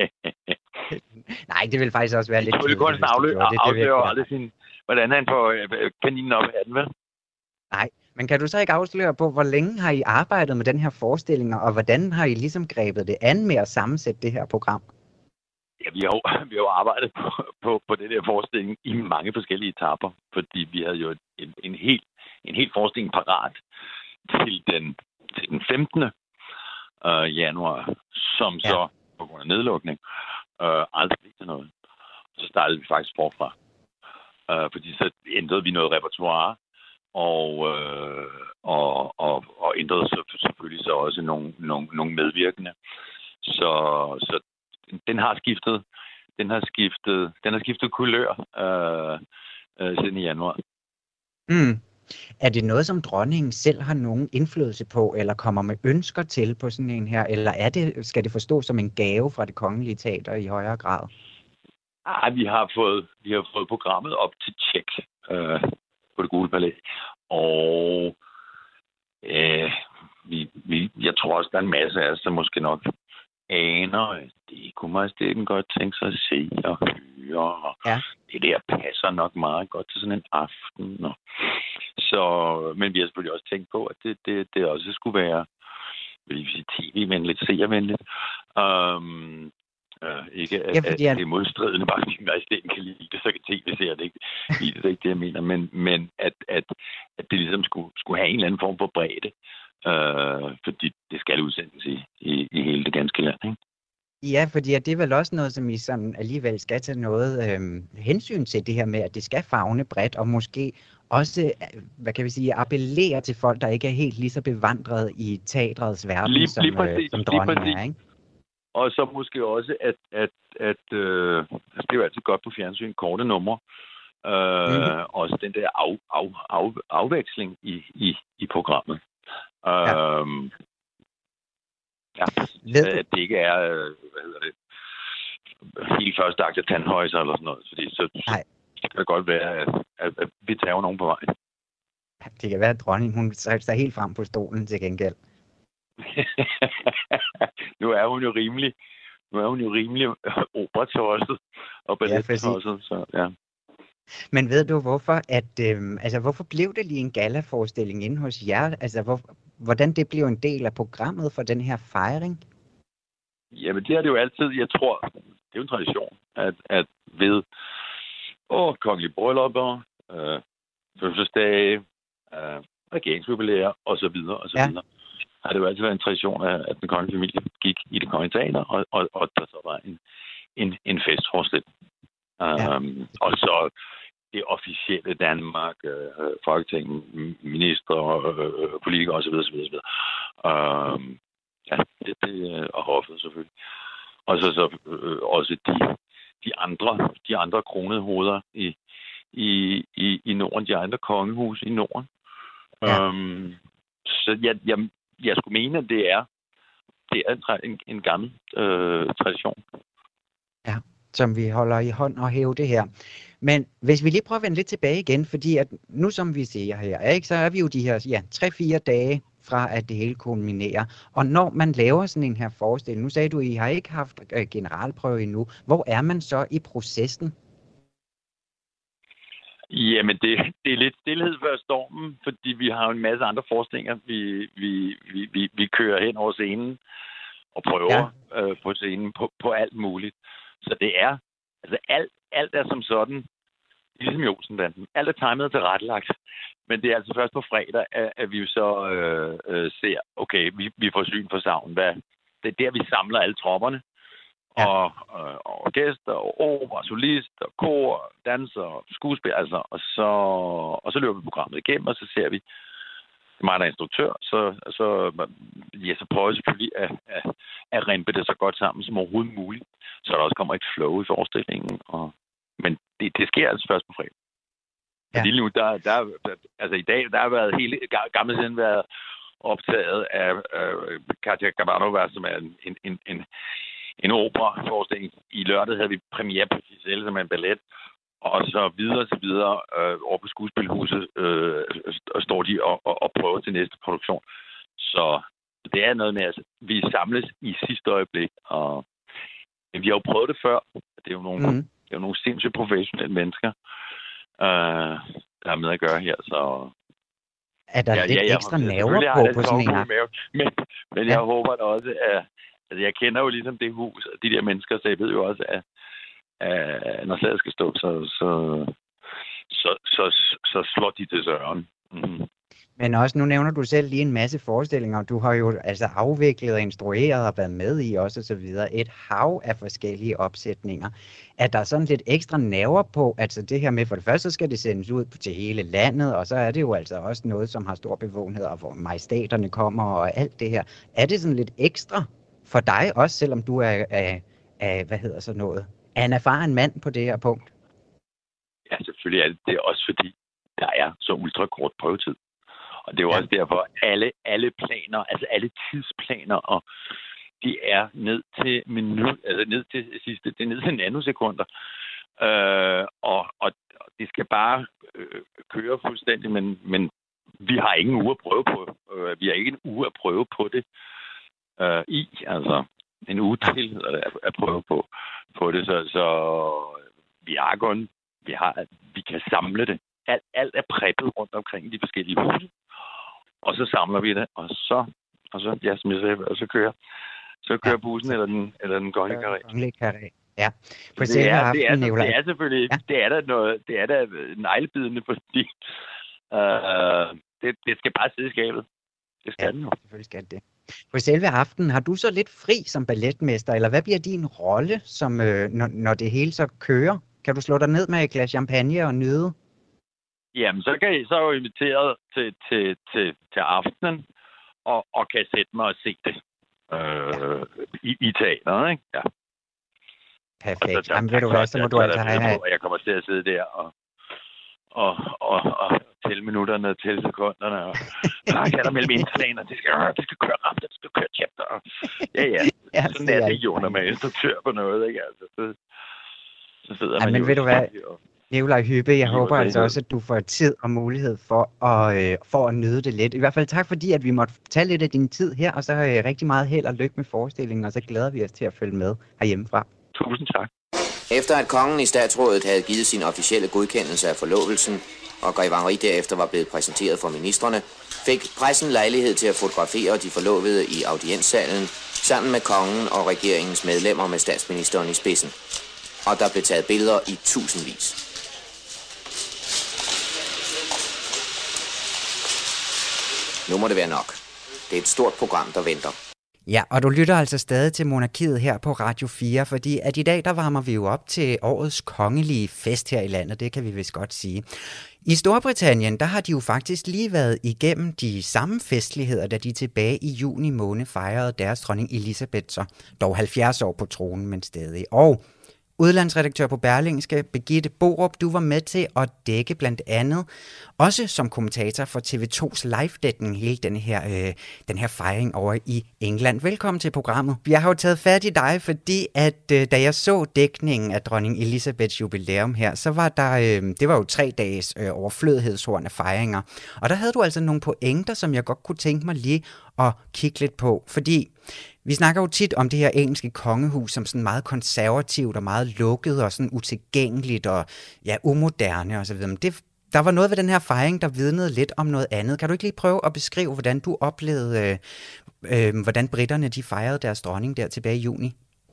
Nej, det vil faktisk også være lidt... Tryllekunsten afslører aldrig sin... Hvordan han får øh, kaninen op af den, vel? Nej, men kan du så ikke afsløre på, hvor længe har I arbejdet med den her forestilling, og hvordan har I ligesom grebet det an med at sammensætte det her program? Ja, vi har jo, vi har jo arbejdet på, på, på det der forestilling i mange forskellige etaper, fordi vi havde jo en, en helt en helt forestilling parat til den, til den femtende Øh, januar, som ja. så på grund af nedlukning øh, aldrig blev til noget. Så startede vi faktisk forfra. Øh, fordi så ændrede vi noget repertoire, og, øh, og, og, og ændrede så selvfølgelig så også nogle, nogle, nogle medvirkende. Så, så den har skiftet, den har skiftet, den har skiftet kulør øh, øh, siden i januar. Mm. Er det noget, som dronningen selv har nogen indflydelse på, eller kommer med ønsker til på sådan en her, eller er det, skal det forstås som en gave fra Det Kongelige Teater i højere grad? Ah, vi har fået, vi har fået programmet op til tjek øh, på Det Gule Palæ, og øh, vi, vi, jeg tror også, der er en masse af os, der måske nok aner, det kunne majestæten godt tænke sig at se og høre, og ja. det der passer nok meget godt til sådan en aften. Og så, men vi har selvfølgelig også tænkt på, at det, det, det også skulle være T V-venligt, seervenligt. Um, uh, ikke at, ja, fordi, at det er modstridende, bare fordi majestæten kan lide det, så kan T V-seere det ikke lide det, det er ikke det, jeg mener. Men, men at, at, at det ligesom skulle, skulle have en eller anden form for bredde. Uh, fordi det skal udsendes i, i, i hele det ganske land, ikke? Ja, fordi det er vel også noget, som I sådan alligevel skal tage noget øhm, hensyn til, det her med, at det skal favne bredt, og måske også, hvad kan vi sige, appellere til folk, der ikke er helt lige så bevandret i teatrets verden, lige, som, lige præcis, øh, som dronningen er, ikke? Og så måske også, at, at, at øh, altså det er jo altid godt på fjernsyn, korte numre, øh, mm-hmm. også den der af, af, af, afveksling i, i, i programmet. Ja. Øhm, ja, at det ikke er, hvad hedder det, helt første akt af Tandhøjser eller sådan noget, fordi så, så kan det godt være, at, at, at vi tager nogen på vej. Det kan være, at dronningen, hun står helt frem på stolen til gengæld. Nu er hun jo rimelig, nu er hun jo rimelig operatosset og ballettosset, ja, så ja. Men ved du hvorfor, at øhm, altså hvorfor blev det lige en gallaforestilling inde hos jer? Altså hvor, hvordan det blev en del af programmet for den her fejring? Jamen det er det jo altid. Jeg tror, det er jo en tradition, at, at ved åh, kongelige bryllupper, øh, fødselsdage, øh, regeringsjubilæer og så videre og så ja. videre, har det jo altid været en tradition, at, at den kongelige familie gik i Det Kongelige Teater, og, og, og der så var en, en, en festforestilling. Ja. Um, og så det officielle Danmark, øh, Folketing, minister, øh, politikere osv. osv., osv. Um, ja, det, det og hoffet selvfølgelig. Og så, så øh, også de, de andre, de andre kronede hoveder i, i, i, i Norden, de andre kongehus i Norden. Ja. Um, så jeg, jeg, jeg skulle mene, at det er, det er en, en gammel øh, tradition. Ja, som vi holder i hånd og hæve det her. Men hvis vi lige prøver at vende lidt tilbage igen, fordi at nu som vi ser her, ikke, så er vi jo de her ja, tre-fire dage fra, at det hele kulminerer. Og når man laver sådan en her forestilling, nu sagde du, at I har ikke haft øh, generalprøve endnu. Hvor er man så i processen? Jamen, det, det er lidt stillhed før stormen, fordi vi har en masse andre forestillinger, vi, vi, vi, vi, vi kører hen over scenen og prøver ja. øh, på scenen på, på alt muligt. Så det er, altså alt, alt er som sådan, ligesom i Olsenbanden. Alt er timet og tilrettelagt. Men det er altså først på fredag, at, at vi så øh, øh, ser, okay, vi, vi får syn for savn. Hvad, det er der, vi samler alle tropperne. Ja. Og, øh, og orkester, og opera, solist, og kor, danser, skuespil, altså, og så, og så løber vi programmet igennem, og så ser vi, det er mig, der er instruktør, så, så, ja, så prøver jeg selvfølgelig at, at, at rempe det så godt sammen som overhovedet muligt, så der også kommer et flow i forestillingen. Og, men det, det sker altså først på fredag. Ja. Fordi nu, der, der, der, altså i dag, der har været hele gamle tiden været optaget af øh, Katja Kabanova, som er en, en, en, en en operaforestilling. I lørdag havde vi premiere på Giselle, som er en ballet, og så videre og så videre øh, over på Skuespilhuset øh, står de og, og, og prøver til næste produktion. Så det er noget med, at altså, vi samles i sidste øjeblik, og vi har jo prøvet det før. Det er jo nogle, mm. det er jo nogle sindssygt professionelle mennesker, øh, der er med at gøre her, så... Er der ja, lidt ja, jeg, ekstra jeg, nerver på på sådan en aften? Men, men ja. Jeg håber da også, at... Altså, jeg kender jo ligesom det hus, og de der mennesker, så jeg ved jo også, at, at når slaget skal stå, så, så, så, så, så, så slår de til søren. Mm. Men også, nu nævner du selv lige en masse forestillinger, og du har jo altså afviklet og instrueret og været med i også, og så videre. Et hav af forskellige opsætninger. Er der sådan lidt ekstra nerver på, altså det her med, for det første så skal det sendes ud til hele landet, og så er det jo altså også noget, som har stor bevågenhed, og hvor majestæterne kommer og alt det her. Er det sådan lidt ekstra for dig også, selvom du er, er, er hvad hedder så noget, er en erfaren mand på det her punkt? Ja, selvfølgelig er det det også, fordi der er så ultrakort prøvetid. Og det er jo ja. Også derfor, alle, alle planer, altså alle tidsplaner, og de er ned til minut, altså ned til sidste, det er ned til nanosekunder. Øh, og, og det skal bare øh, køre fuldstændig, men, men vi har ingen uge at prøve på. Øh, vi har ikke en uge at prøve på det øh, i, altså en uge til at, at prøve på, på det. Så, så vi har kun, vi har, vi kan samle det. Alt, alt er preppet rundt omkring de forskellige huse. Og så samler vi det, og så, og så ja, som jeg sagde, og så kører, så kører ja. bussen eller den, eller den kongelige karré. Kongelige karré, ja. På det, er, aften, det, er, det er selvfølgelig, ja. det er der noget, det er der neglebidende, fordi uh, det, det skal bare sidde i skabet. Det skal ja, den jo. Selvfølgelig skal det. På selve aftenen, har du så lidt fri som balletmester, eller hvad bliver din rolle, som, øh, når, når det hele så kører? Kan du slå dig ned med et glas champagne og nyde? Jamen, så, kan I, så er jeg jo inviteret til, til, til, til aftenen, og, og kan sætte mig og se det øh, i, i teateret, ikke? Ja. Perfekt. Så, Jamen, ved du hvad, så må du altså have... Jeg kommer til at sidde der og, og, og, og tælle minutterne og tælle sekunderne, og pakke der mellem indslagen, og det skal, øh, det skal køre ramt, det skal køre chapter. Og, ja, ja. ja sådan er det jo, når man er instruktør på noget, ikke? Altså, så, så sidder ja, man men jo... ved du hvad... Og, Nikolaj Hübbe, jeg håber altså også, at du får tid og mulighed for at, øh, for at nyde det lidt. I hvert fald tak, fordi at vi måtte tage lidt af din tid her, og så øh, rigtig meget held og lykke med forestillingen, og så glæder vi os til at følge med herhjemmefra. Tusind tak. Efter at kongen i statsrådet havde givet sin officielle godkendelse af forlovelsen, og Grev Henri derefter var blevet præsenteret for ministrene, fik pressen lejlighed til at fotografere de forlovede i audienssalen, sammen med kongen og regeringens medlemmer med statsministeren i spidsen. Og der blev taget billeder i tusindvis. Nu må det være nok. Det er et stort program, der venter. Ja, og du lytter altså stadig til Monarkiet her på Radio fire, fordi at i dag, der varmer vi jo op til årets kongelige fest her i landet, det kan vi vist godt sige. I Storbritannien, der har de jo faktisk lige været igennem de samme festligheder, da de tilbage i juni måned fejrede deres dronning Elisabeth, så dog halvfjerds år på tronen, men stadig. Og udlandsredaktør på Berlingske, Birgitte Borup, du var med til at dække blandt andet, også som kommentator for T V to's live-dækning, hele den her, øh, den her fejring over i England. Velkommen til programmet. Jeg har jo taget fat i dig, fordi at øh, da jeg så dækningen af dronning Elisabeths jubilæum her, så var der, øh, det var jo tre dages øh, overflødighedshorn af fejringer. Og der havde du altså nogle pointer, som jeg godt kunne tænke mig lige at kigge lidt på, fordi vi snakker jo tit om det her engelske kongehus som sådan meget konservativt og meget lukket og sådan utilgængeligt og ja, umoderne og så videre. Men det, der var noget ved den her fejring, der vidnede lidt om noget andet. Kan du ikke lige prøve at beskrive, hvordan du oplevede, øh, øh, hvordan britterne de fejrede deres dronning der tilbage i juni?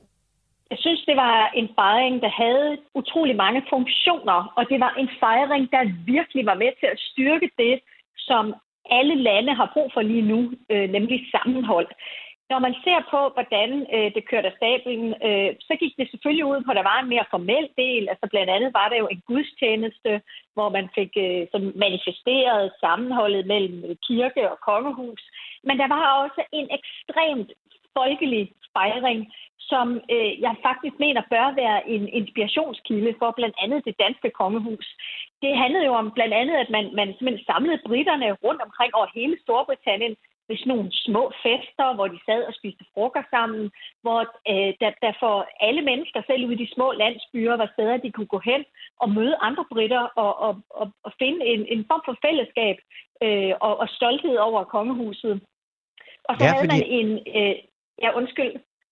Jeg synes, det var en fejring, der havde utrolig mange funktioner, og det var en fejring, der virkelig var med til at styrke det, som alle lande har brug for lige nu, øh, nemlig sammenhold. Når man ser på, hvordan øh, det kørte af stablen, øh, så gik det selvfølgelig ud på, at der var en mere formel del. Altså blandt andet var der jo en gudstjeneste, hvor man fik øh, sådan manifesteret sammenholdet mellem kirke og kongehus. Men der var også en ekstremt folkelig fejring, som øh, jeg faktisk mener bør være en inspirationskilde for blandt andet det danske kongehus. Det handlede jo om blandt andet, at man, man simpelthen samlede britterne rundt omkring over hele Storbritannien, ved sådan nogle små fester, hvor de sad og spiste frokost sammen, hvor øh, der, der for alle mennesker, selv ude i de små landsbyer, var steder, de kunne gå hen og møde andre britter og, og, og, og finde en, en form for fællesskab øh, og, og stolthed over kongehuset. Og så ja, havde fordi... man en... Øh, ja, undskyld.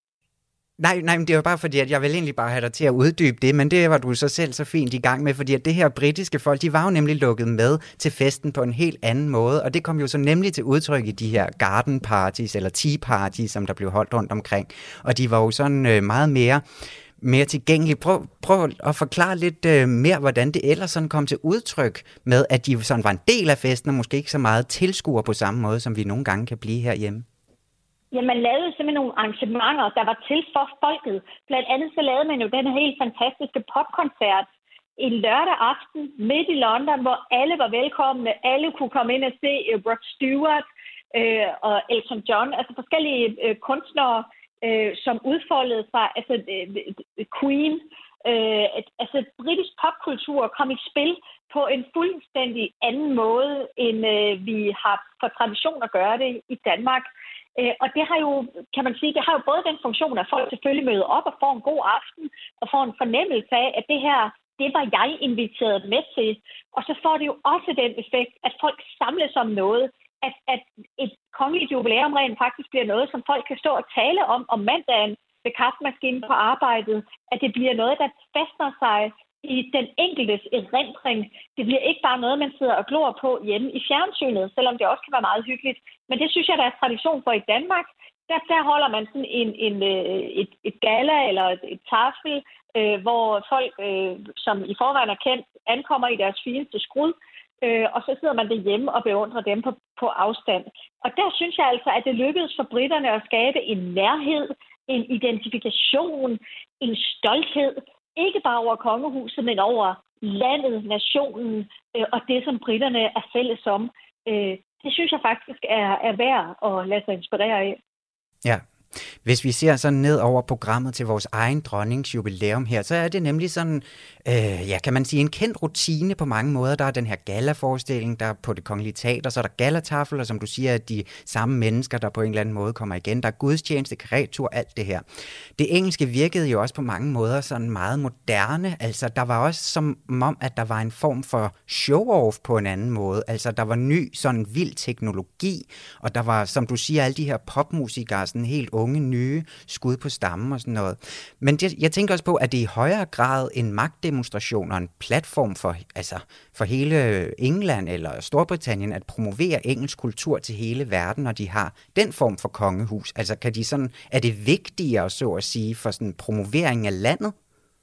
Nej, nej, men det er jo bare fordi, at jeg vil egentlig bare have dig til at uddybe det, men det var du så selv så fint i gang med, fordi at det her britiske folk, de var jo nemlig lukket med til festen på en helt anden måde, og det kom jo så nemlig til udtryk i de her garden parties, eller tea parties, som der blev holdt rundt omkring, og de var jo sådan øh, meget mere, mere tilgængelige. Prøv, prøv at forklare lidt øh, mere, hvordan det ellers sådan kom til udtryk med, at de sådan var en del af festen, og måske ikke så meget tilskuer på samme måde, som vi nogle gange kan blive herhjemme. Ja, man lavede simpelthen nogle arrangementer, der var til for folket. Blandt andet så lavede man jo den her helt fantastiske popkoncert en lørdag aften midt i London, hvor alle var velkomne. Alle kunne komme ind og se Rod Stewart øh, og Elton John, altså forskellige øh, kunstnere, øh, som udfoldede sig, altså øh, Queen. Øh, altså britisk popkultur kom i spil på en fuldstændig anden måde, end øh, vi har for tradition at gøre det i Danmark. Øh, og det har jo, kan man sige, det har jo både den funktion, at folk selvfølgelig møder op og får en god aften, og får en fornemmelse af, at det her, det var jeg inviteret med til. Og så får det jo også den effekt, at folk samles om noget, at, at et kongeligt jubilæum rent faktisk bliver noget, som folk kan stå og tale om om mandagen ved kaffemaskinen på arbejdet, at det bliver noget, der fæstner sig i den enkeltes erindring. Det bliver ikke bare noget, man sidder og glor på hjemme i fjernsynet, selvom det også kan være meget hyggeligt. Men det synes jeg, der er tradition for i Danmark. Der, der holder man sådan en, en, et, et gala eller et, et tafel, øh, hvor folk, øh, som i forvejen er kendt, ankommer i deres fineste skrud, øh, og så sidder man derhjemme og beundrer dem på, på afstand. Og der synes jeg altså, at det lykkedes for briterne at skabe en nærhed, en identifikation, en stolthed, ikke bare over kongehuset, men over landet, nationen øh, og det, som briterne er fælles om. Øh, det synes jeg faktisk er, er værd at lade sig inspirere af. Ja. Hvis vi ser sådan ned over programmet til vores egen dronnings jubilæum her, så er det nemlig sådan, øh, ja, kan man sige, en kendt rutine på mange måder. Der er den her gala-forestilling, der er på Det Kongelige Teater, så er der galatafel, og som du siger, at de samme mennesker, der på en eller anden måde kommer igen. Der er gudstjeneste, karettur, alt det her. Det engelske virkede jo også på mange måder sådan meget moderne. Altså, der var også som om, at der var en form for show-off på en anden måde. Altså, der var ny sådan vild teknologi, og der var, som du siger, alle de her popmusikere, sådan helt unge, nye skud på stammen og sådan noget. Men det, jeg tænker også på, at det i højere grad en magtdemonstration og en platform for, altså, for hele England eller Storbritannien at promovere engelsk kultur til hele verden, når de har den form for kongehus. Altså kan de sådan, er det vigtigere, så at sige, for sådan promovering af landet?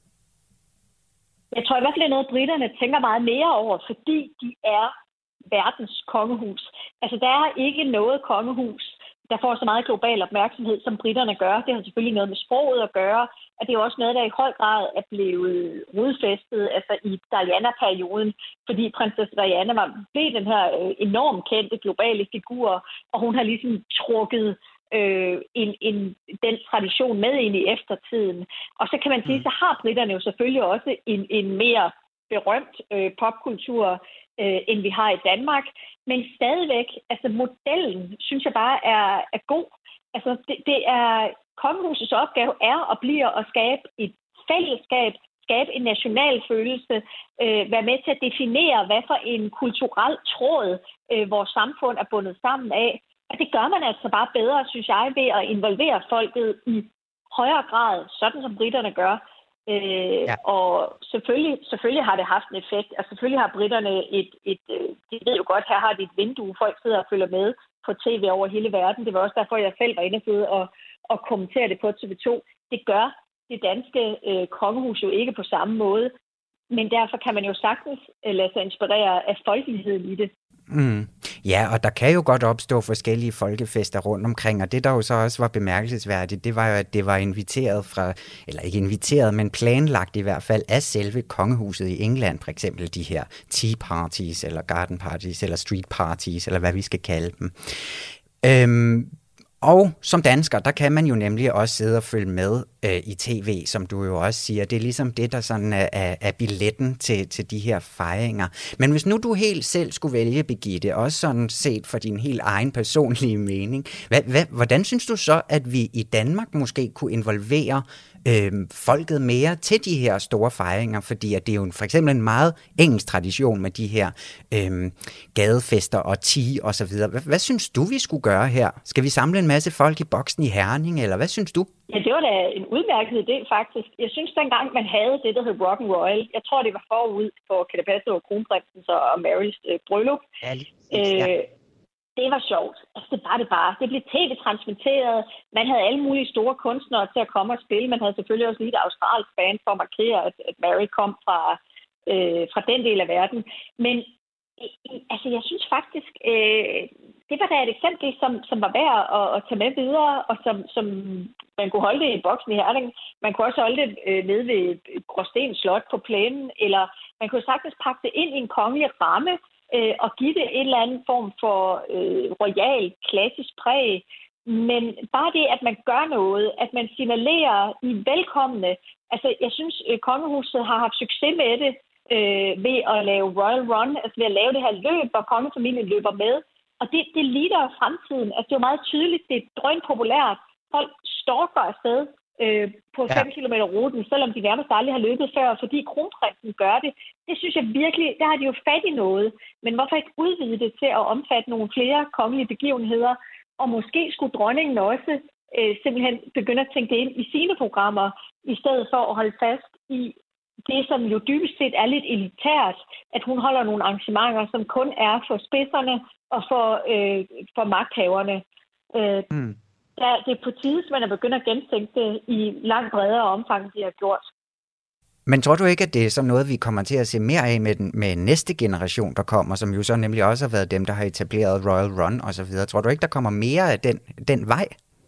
Jeg tror i hvert fald, det er noget, britterne tænker meget mere over, fordi de er verdens kongehus. Altså der er ikke noget kongehus, der får så meget global opmærksomhed, som britterne gør. Det har selvfølgelig noget med sproget at gøre, og det er også noget, der i høj grad er blevet rodfæstet altså i Diana-perioden, fordi prinsesse Diana var blev den her enormt kendte globale figur, og hun har ligesom trukket øh, en, en, den tradition med ind i eftertiden. Og så kan man sige, så har britterne jo selvfølgelig også en, en mere berømt øh, popkultur, øh, end vi har i Danmark. Men stadigvæk, altså modellen, synes jeg bare er, er god. Altså det, det er, kongehusets opgave er og bliver at skabe et fællesskab, skabe en national følelse, øh, være med til at definere, hvad for en kulturel tråd øh, vores samfund er bundet sammen af. Og det gør man altså bare bedre, synes jeg, ved at involvere folket i højere grad, sådan som britterne gør. Øh, ja. Og selvfølgelig, selvfølgelig har det haft en effekt. Altså selvfølgelig har britterne et, et, et de ved jo godt, her har de et vindue, folk sidder og følger med på tv over hele verden. Det var også derfor, jeg selv var inde og, og kommentere det på T V to. Det gør det danske øh, kongehus jo ikke på samme måde, men derfor kan man jo sagtens øh, lade sig inspirere af folkeligheden i det. Mm. Ja, og der kan jo godt opstå forskellige folkefester rundt omkring, og det der jo så også var bemærkelsesværdigt, det var jo, at det var inviteret fra, eller ikke inviteret, men planlagt i hvert fald af selve kongehuset i England, for eksempel de her tea parties, eller garden parties, eller street parties, eller hvad vi skal kalde dem. Øhm, Og som dansker, der kan man jo nemlig også sidde og følge med øh, i tv, som du jo også siger. Det er ligesom det, der sådan er, er, er billetten til, til de her fejringer. Men hvis nu du helt selv skulle vælge, Birgitte, også sådan set for din helt egen personlige mening, hvad, hvad, hvordan synes du så, at vi i Danmark måske kunne involvere øh, folket mere til de her store fejringer, fordi at det er jo for eksempel en meget engelsk tradition med de her øh, gadefester og tea og så videre. Hvad, hvad synes du, vi skulle gøre her? Skal vi samle en masse folk i boksen i Herning, eller hvad synes du? Ja, det var da en udmærket idé, faktisk. Jeg synes, dengang man havde det, der hed Rock'n'Royal, jeg tror, det var forud for Katapasso og Kronprinsens og Marys øh, bryllup. Ja, lige, ja. Øh, det var sjovt. Altså, det var det bare. Det blev tv-transmitteret. Man havde alle mulige store kunstnere til at komme og spille. Man havde selvfølgelig også lige et australsk band for at markere, at, at Mary kom fra, øh, fra den del af verden. Men altså, jeg synes faktisk, øh, det var da et eksempel, som, som var værd at, at tage med videre, og som, som man kunne holde det i boksen i Herning. Man kunne også holde det øh, nede ved Gråsten Slot på plænen, eller man kunne sagtens pakke det ind i en kongelig ramme, øh, og give det en eller anden form for øh, royal, klassisk præg. Men bare det, at man gør noget, at man signalerer i velkomne. Altså, jeg synes, øh, kongehuset har haft succes med det, Øh, ved at lave Royal Run, altså ved at lave det her løb, hvor kongefamilien løber med. Og det, det lider fremtiden. Altså det er jo meget tydeligt, det er drøn populært. Folk stalker afsted øh, på fem ja. kilometer ruten, selvom de nærmest aldrig har løbet før, fordi kronprinsen gør det. Det synes jeg virkelig, der har de jo fat i noget. Men hvorfor ikke udvide det til at omfatte nogle flere kongelige begivenheder? Og måske skulle dronningen også øh, simpelthen begynde at tænke det ind i sine programmer, i stedet for at holde fast i det, som jo dybest set er lidt elitært, at hun holder nogle arrangementer, som kun er for spidserne og for, øh, for magthaverne. Øh, mm. der, det er på tide, at man er begyndt at gentænke det i langt bredere omfang, end de har gjort. Men tror du ikke, at det er sådan noget, vi kommer til at se mere af med, den, med næste generation, der kommer, som jo så nemlig også har været dem, der har etableret Royal Run og så videre? Tror du ikke, der kommer mere af den, den vej?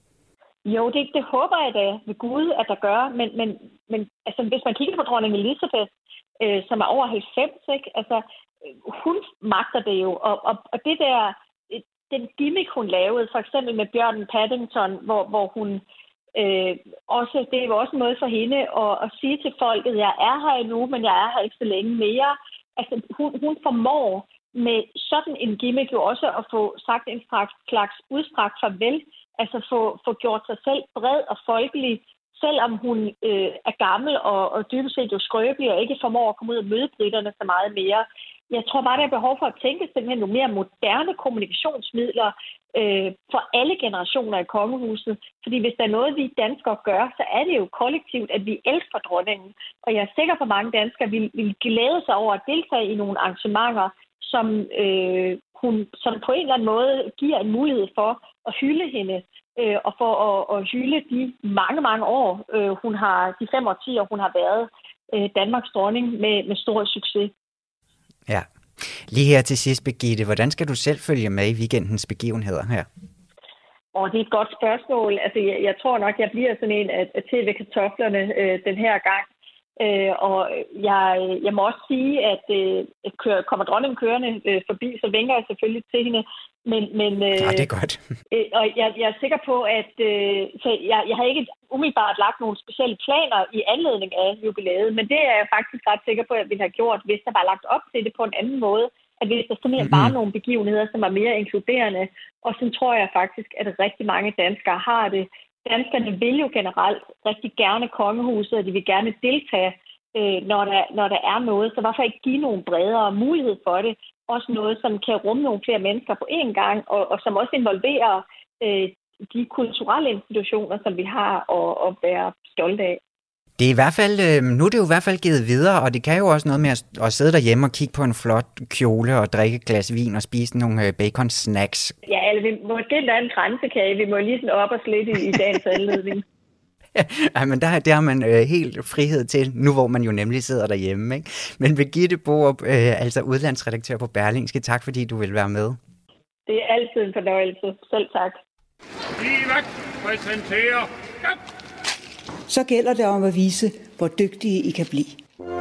Jo, det, det håber jeg da ved Gud, at der gør, men, men, men altså, hvis man kigger på dronning Elizabeth, øh, som er over halvfems, ikke? Altså, hun magter det jo, og, og, og det der, den gimmick, hun lavede, for eksempel med Bjørnen Paddington, hvor, hvor hun øh, også, det er jo også noget for hende at, at sige til folket, jeg er her endnu, men jeg er her ikke så længe mere. Altså, hun, hun formår med sådan en gimmick jo også at få sagt en slags, slags udstrakt farvel, altså få, få gjort sig selv bred og folkelig, selvom hun øh, er gammel og, og dybest set jo skrøbelig og ikke formår at komme ud og møde britterne så meget mere. Jeg tror bare, der er behov for at tænke simpelthen nogle mere moderne kommunikationsmidler øh, for alle generationer i kongehuset. Fordi hvis der er noget, vi danskere gør, så er det jo kollektivt, at vi elsker dronningen. Og jeg er sikker på, at mange danskere vil, vil glæde sig over at deltage i nogle arrangementer, som, øh, hun, som på en eller anden måde giver en mulighed for at hylde hende, øh, og for at, at hylde de mange, mange år, øh, hun har, de fem årtier, hun har været øh, Danmarks dronning med, med stor succes. Ja. Lige her til sidst, Birgitte, hvordan skal du selv følge med i weekendens begivenheder her? Og det er et godt spørgsmål. Altså, jeg, jeg tror nok, jeg bliver sådan en af, af T V-kartoflerne øh, den her gang. Øh, og jeg, jeg må også sige, at, øh, at kører, kommer dronningen kørende øh, forbi, så vinker jeg selvfølgelig til hende. Men, men, øh, ja, det er godt. øh, og jeg, jeg er sikker på, at øh, så jeg, jeg har ikke umiddelbart lagt nogle specielle planer i anledning af jubilæet, men det er jeg faktisk ret sikker på, at jeg ville have gjort, hvis der var lagt op til det på en anden måde. At hvis der simpelthen mm-hmm. var nogle begivenheder, som er mere inkluderende, og så tror jeg faktisk, at rigtig mange danskere har det. Danskerne vil jo generelt rigtig gerne kongehuset, og de vil gerne deltage, øh, når, der, når der er noget. Så hvorfor ikke give nogle bredere mulighed for det? Også noget, som kan rumme nogle flere mennesker på én gang, og, og som også involverer øh, de kulturelle institutioner, som vi har at, at være stolte af. Det er i hvert fald, øh, nu er det jo i hvert fald givet videre, og det kan jo også noget med at, at sidde derhjemme og kigge på en flot kjole og drikke et glas vin og spise nogle øh, bacon-snacks. Ja, eller vi må det er en kransekage. Vi må lige sådan op og slet i, i dagens anledning. Ja, men der, der har man øh, helt frihed til, nu hvor man jo nemlig sidder derhjemme, ikke? Men Birgitte Borup, øh, altså udlandsredaktør på Berlingske, tak fordi du vil være med. Det er altid en fornøjelse. Selv tak. Livvagt præsenterer... Ja. Så gælder det om at vise, hvor dygtige I kan blive.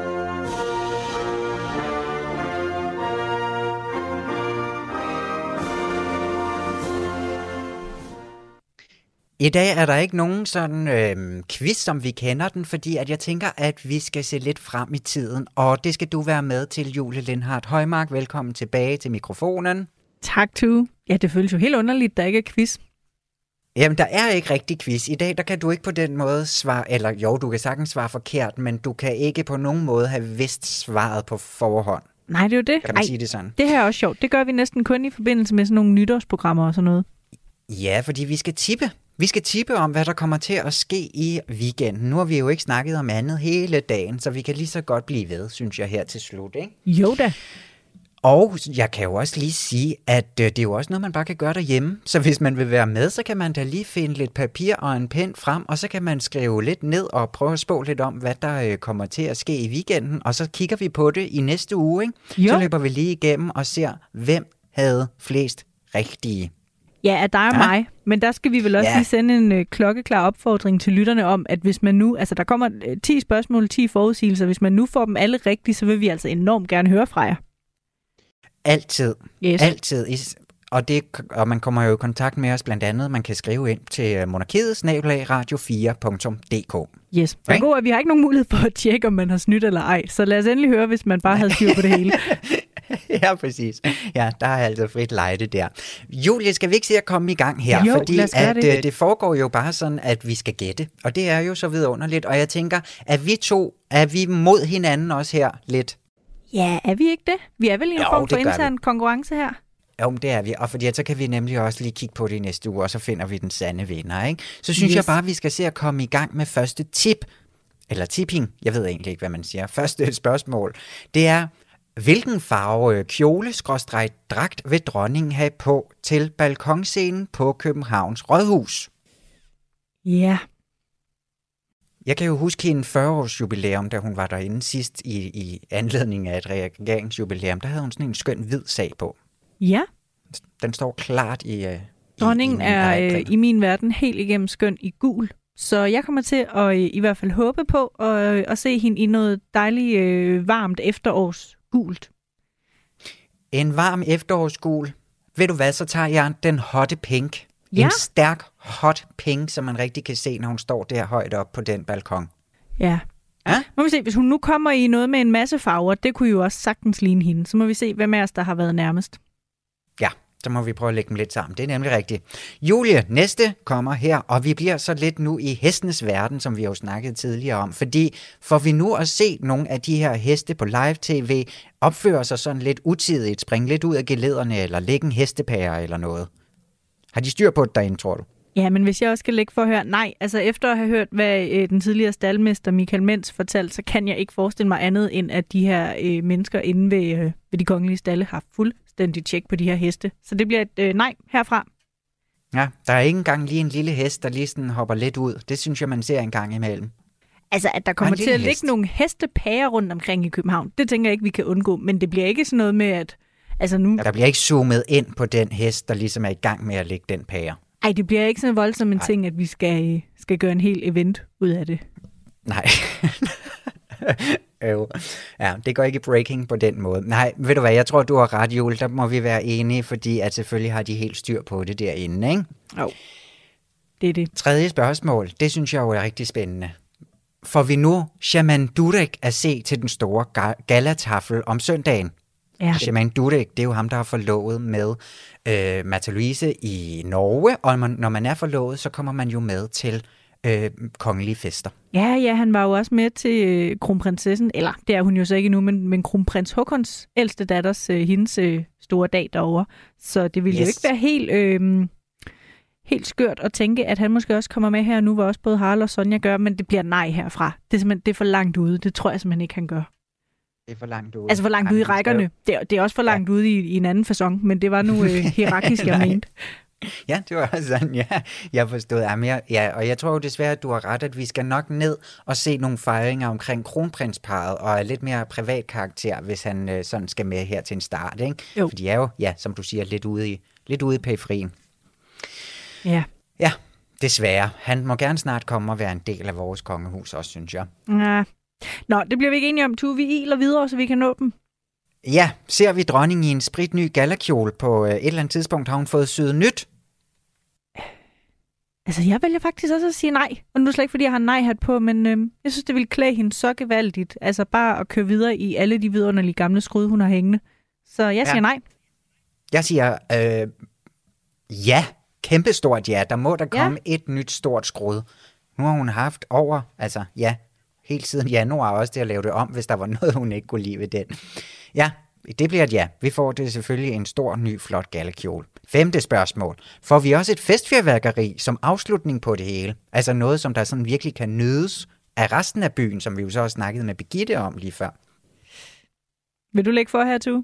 I dag er der ikke nogen sådan øh, quiz, som vi kender den, fordi at jeg tænker, at vi skal se lidt frem i tiden, og det skal du være med til, Julie Lindhardt Højmark. Velkommen tilbage til mikrofonen. Tak, Tue. Ja, det føles jo helt underligt, der ikke er quiz. Jamen, der er ikke rigtig quiz. I dag, der kan du ikke på den måde svare, eller jo, du kan sagtens svare forkert, men du kan ikke på nogen måde have vidst svaret på forhånd. Nej, det er jo det. Kan man Ej, sige det sådan? Det her er også sjovt. Det gør vi næsten kun i forbindelse med sådan nogle nytårsprogrammer og sådan noget. Ja, fordi vi skal tippe. Vi skal tippe om, hvad der kommer til at ske i weekenden. Nu har vi jo ikke snakket om andet hele dagen, så vi kan lige så godt blive ved, synes jeg, her til slut, ikke? Jo da. Og jeg kan jo også lige sige, at øh, det er jo også noget, man bare kan gøre derhjemme. Så hvis man vil være med, så kan man da lige finde lidt papir og en pen frem, og så kan man skrive lidt ned og prøve at spå lidt om, hvad der øh, kommer til at ske i weekenden. Og så kigger vi på det i næste uge, ikke? Jo. Så løber vi lige igennem og ser, hvem havde flest rigtige. Ja, af dig og ja. mig. Men der skal vi vel også ja. lige sende en øh, klokkeklar opfordring til lytterne om, at hvis man nu, altså der kommer øh, ti spørgsmål, ti forudsigelser, hvis man nu får dem alle rigtige, så vil vi altså enormt gerne høre fra jer. Altid. Yes. Altid. Og, det, og man kommer jo i kontakt med os blandt andet. Man kan skrive ind til monarkiet snabel-a radio fire punktum d k. Yes. Det er god, at vi har ikke nogen mulighed for at tjekke, om man har snydt eller ej. Så lad os endelig høre, hvis man bare havde styr på det hele. Ja, præcis. Ja, der er altså frit lejde der. Julie, skal vi ikke se at komme i gang her? Jo, fordi at, det. det foregår jo bare sådan, at vi skal gætte. Og det er jo så vidunderligt. Og jeg tænker, at vi to, er vi mod hinanden også her lidt? Ja, er vi ikke det? Vi er vel i en jo, form for intern vi. konkurrence her? Jo, det er vi. Og fordi så kan vi nemlig også lige kigge på det i næste uge, og så finder vi den sande vinder, ikke? Så synes yes. jeg bare, at vi skal se at komme i gang med første tip. Eller tipping. Jeg ved egentlig ikke, hvad man siger. Første spørgsmål. Det er, hvilken farve kjole-dragt vil dronningen have på til balkonscenen på Københavns Rådhus? Ja. Jeg kan jo huske hende fyrre-års jubilæum, da hun var derinde sidst i, i anledning af et regeringsjubilæum. Der havde hun sådan en skøn hvid sag på. Ja. Den står klart i... Uh, dronningen i, i er øh, i min verden helt igennem skøn i gul. Så jeg kommer til at øh, i hvert fald håbe på at, øh, at se hende i noget dejligt øh, varmt efterårs gult. En varm efterårsgul. Ved du hvad, så tager jeg den hotte pink. Ja. En stærk hot pink, som man rigtig kan se, når hun står der højt op på den balkon. Ja. Ja? Må vi se, hvis hun nu kommer i noget med en masse farver, det kunne jo også sagtens ligne hende. Så må vi se, hvem af os, der har været nærmest. Ja, så må vi prøve at lægge dem lidt sammen. Det er nemlig rigtigt. Julie, næste kommer her, og vi bliver så lidt nu i hestenes verden, som vi jo snakket tidligere om. Fordi får vi nu at se nogle af de her heste på live-tv opføre sig sådan lidt utidigt, springe lidt ud af gelederne, eller lægge en hestepære eller noget? Har de styr på det derinde, tror du? Ja, men hvis jeg også skal lægge for at høre, nej, altså efter at have hørt, hvad øh, den tidligere staldmester Michael Mentz fortalte, så kan jeg ikke forestille mig andet, end at de her øh, mennesker inde ved, øh, ved de kongelige stalde har fuldstændig tjek på de her heste. Så det bliver et øh, nej herfra. Ja, der er ikke engang lige en lille hest, der lige sådan hopper lidt ud. Det synes jeg, man ser en gang imellem. Altså, at der kommer til at ligge hest. nogle hestepærer rundt omkring i København, det tænker jeg ikke, vi kan undgå. Men det bliver ikke sådan noget med, at... Altså nu... Ja, der bliver ikke zoomet ind på den hest, der ligesom er i gang med at lægge den pære. Ej, det bliver ikke så voldsomt en Ej. ting, at vi skal, skal gøre en hel event ud af det. Nej. øh, ja, det går ikke breaking på den måde. Nej, ved du hvad, jeg tror, du har ret, Jule. Der må vi være enige, fordi at selvfølgelig har de helt styr på det derinde, ikke? Jo, det er det. Tredje spørgsmål, det synes jeg jo er rigtig spændende. Får vi nu Shaman Durek at se til den store ga- galatafel om søndagen? Ja. Shaman Durek, det er jo ham, der har forlovet med øh, Märtha Louise i Norge, og man, når man er forlovet, så kommer man jo med til øh, kongelige fester. Ja, ja, han var jo også med til øh, kronprinsessen, eller det er hun jo så ikke endnu, men, men kronprins Håkons ældste datters, øh, hendes øh, store dag derovre. Så det ville yes. jo ikke være helt, øh, helt skørt at tænke, at han måske også kommer med her nu, hvor også både Harald og Sonja gør, men det bliver nej herfra. Det er simpelthen det er for langt ude. Det tror jeg simpelthen ikke, han gør. Det er for langt ude. Altså for langt ude i rækkerne. Det er, det er også for langt ja. ude i, i en anden facon, men det var nu øh, hierarkisk, jeg mente. Ja, det var sådan, ja. Jeg forstod. Jamen, jeg, ja, og jeg tror jo desværre, at du har ret, at vi skal nok ned og se nogle fejringer omkring kronprinsparet, og er lidt mere privat karakter, hvis han øh, sådan skal med her til en start, ikke? Jo. For de er jo, ja, som du siger, lidt ude i, lidt ude i periferien. Ja. Ja, desværre. Han må gerne snart komme og være en del af vores kongehus også, synes jeg. Ja. Nå, det bliver vi ikke enige om. Tue, vi iler videre, så vi kan nå dem. Ja, ser vi dronningen i en spritny galakjole på et eller andet tidspunkt, har hun fået syet nyt? Altså, jeg vælger faktisk også at sige nej. Og nu er det slet ikke, fordi jeg har nej-hat på, men øh, jeg synes, det ville klæde hende så gevaldigt. Altså, bare at køre videre i alle de vidunderlige gamle skrud, hun har hængende. Så jeg siger ja. nej. Jeg siger, øh, ja, kæmpestort ja. Der må der komme ja. et nyt stort skrud. Nu har hun haft over, altså ja, helt siden januar også til at lave det om, hvis der var noget, hun ikke kunne lide ved den. Ja, det bliver et ja. Vi får det selvfølgelig en stor, ny, flot gallekjole. Femte spørgsmål. Får vi også et festfyrværkeri som afslutning på det hele? Altså noget, som der sådan virkelig kan nydes af resten af byen, som vi jo så har snakket med Birgitte om lige før. Vil du lægge for her, Tue?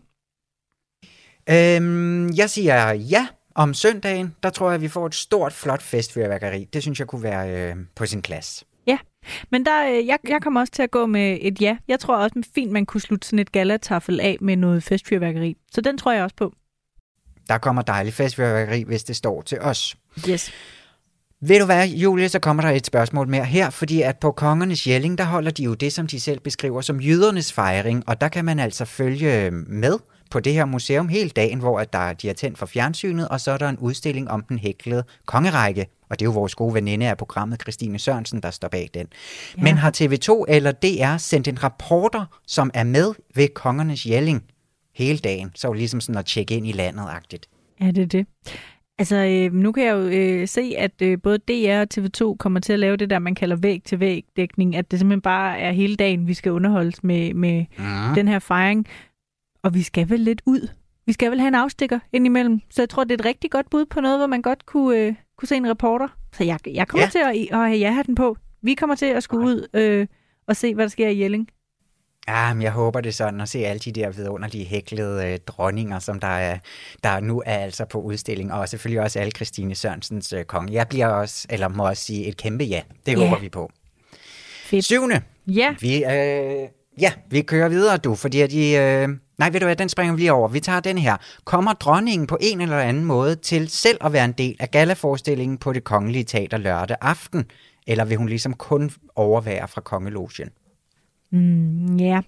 Øhm, jeg siger ja. Om søndagen, der tror jeg, at vi får et stort, flot festfyrværkeri. Det synes jeg kunne være øh, på sin plads. Ja, men der, øh, jeg, jeg kommer også til at gå med et ja. Jeg tror også fint, man kunne slutte sådan et galataffel af med noget festfyrværkeri. Så den tror jeg også på. Der kommer dejligt festfyrværkeri, hvis det står til os. Yes. Ved du hvad, Julie, så kommer der et spørgsmål mere her, fordi at på Kongernes Jelling, der holder de jo det, som de selv beskriver som jydernes fejring, og der kan man altså følge med på det her museum hele dagen, hvor der, de er tændt for fjernsynet, og så er der en udstilling om den hæklede kongerække. Og det er jo vores gode veninde af programmet, Christine Sørensen, der står bag den. Ja. Men har T V to eller D R sendt en reporter, som er med ved Kongernes Jelling hele dagen, så er det ligesom sådan at tjekke ind i landet-agtigt. Ja, det er det. Altså, øh, nu kan jeg jo øh, se, at øh, både D R og T V to kommer til at lave det der, man kalder væg-til-væg-dækning, at det simpelthen bare er hele dagen, vi skal underholdes med, med mm. den her fejring. Og vi skal vel lidt ud. Vi skal vel have en afstikker indimellem. Så jeg tror, det er et rigtig godt bud på noget, hvor man godt kunne, øh, kunne se en reporter. Så jeg, jeg kommer ja. til at, at have ja-hatten på. Vi kommer til at skulle ud øh, og se, hvad der sker i Jelling. Ja, men jeg håber det sådan at se alle de der vidunderlige hæklede øh, dronninger, som der, er, der nu er altså på udstilling. Og selvfølgelig også alle Christine Sørensens øh, konge. Jeg bliver også, eller må også sige, et kæmpe ja. Det ja. håber vi på. Fedt. Syvende. Ja. Vi, øh, ja, vi kører videre, du, fordi at de... Øh, Nej, ved du hvad, den springer vi lige over. Vi tager den her. Kommer dronningen på en eller anden måde til selv at være en del af gallaforestillingen på Det Kongelige Teater lørdag aften? Eller vil hun ligesom kun overvære fra kongelogen? Mm, ja. Yeah.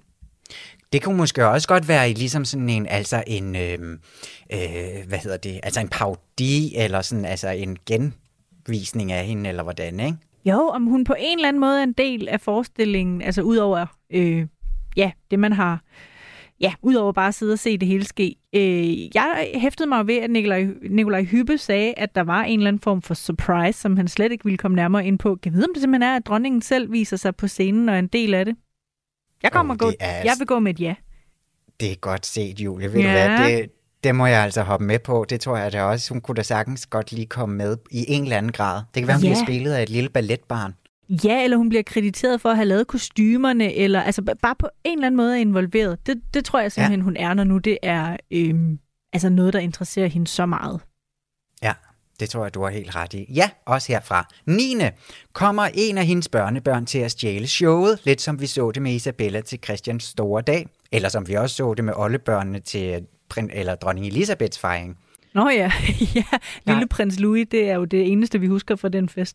Det kunne måske også godt være i ligesom sådan en, altså en, øh, øh, hvad hedder det, altså en parodi, eller sådan, altså en genvisning af hende, eller hvordan, ikke? Jo, om hun på en eller anden måde er en del af forestillingen, altså udover, øh, ja, det man har... Ja, udover bare at sidde og se det hele ske. Øh, jeg hæftede mig ved, at Nikolaj, Nikolaj Hübbe sagde, at der var en eller anden form for surprise, som han slet ikke ville komme nærmere ind på. Kan jeg vide, om det simpelthen er, at dronningen selv viser sig på scenen og er en del af det? Jeg kommer oh, gå. Er... Jeg vil gå med et ja. Det er godt set, Julie. Ved ja. du hvad? Det, det må jeg altså hoppe med på. Det tror jeg da også. Hun kunne da sagtens godt lige komme med i en eller anden grad. Det kan være, hun ja. bliver spillet af et lille balletbarn. Ja, eller hun bliver krediteret for at have lavet kostymerne, eller altså bare på en eller anden måde er involveret. Det, det tror jeg simpelthen, ja. hun er, når nu det er øhm, altså noget, der interesserer hende så meget. Ja, det tror jeg, du har helt ret i. Ja, også herfra. niende Kommer en af hendes børnebørn til at stjæle showet, lidt som vi så det med Isabella til Christians store dag, eller som vi også så det med oldebørnene til eller dronning Elisabeths fejring. Nå ja, ja. Lille ja. prins Louis, det er jo det eneste, vi husker fra den fest.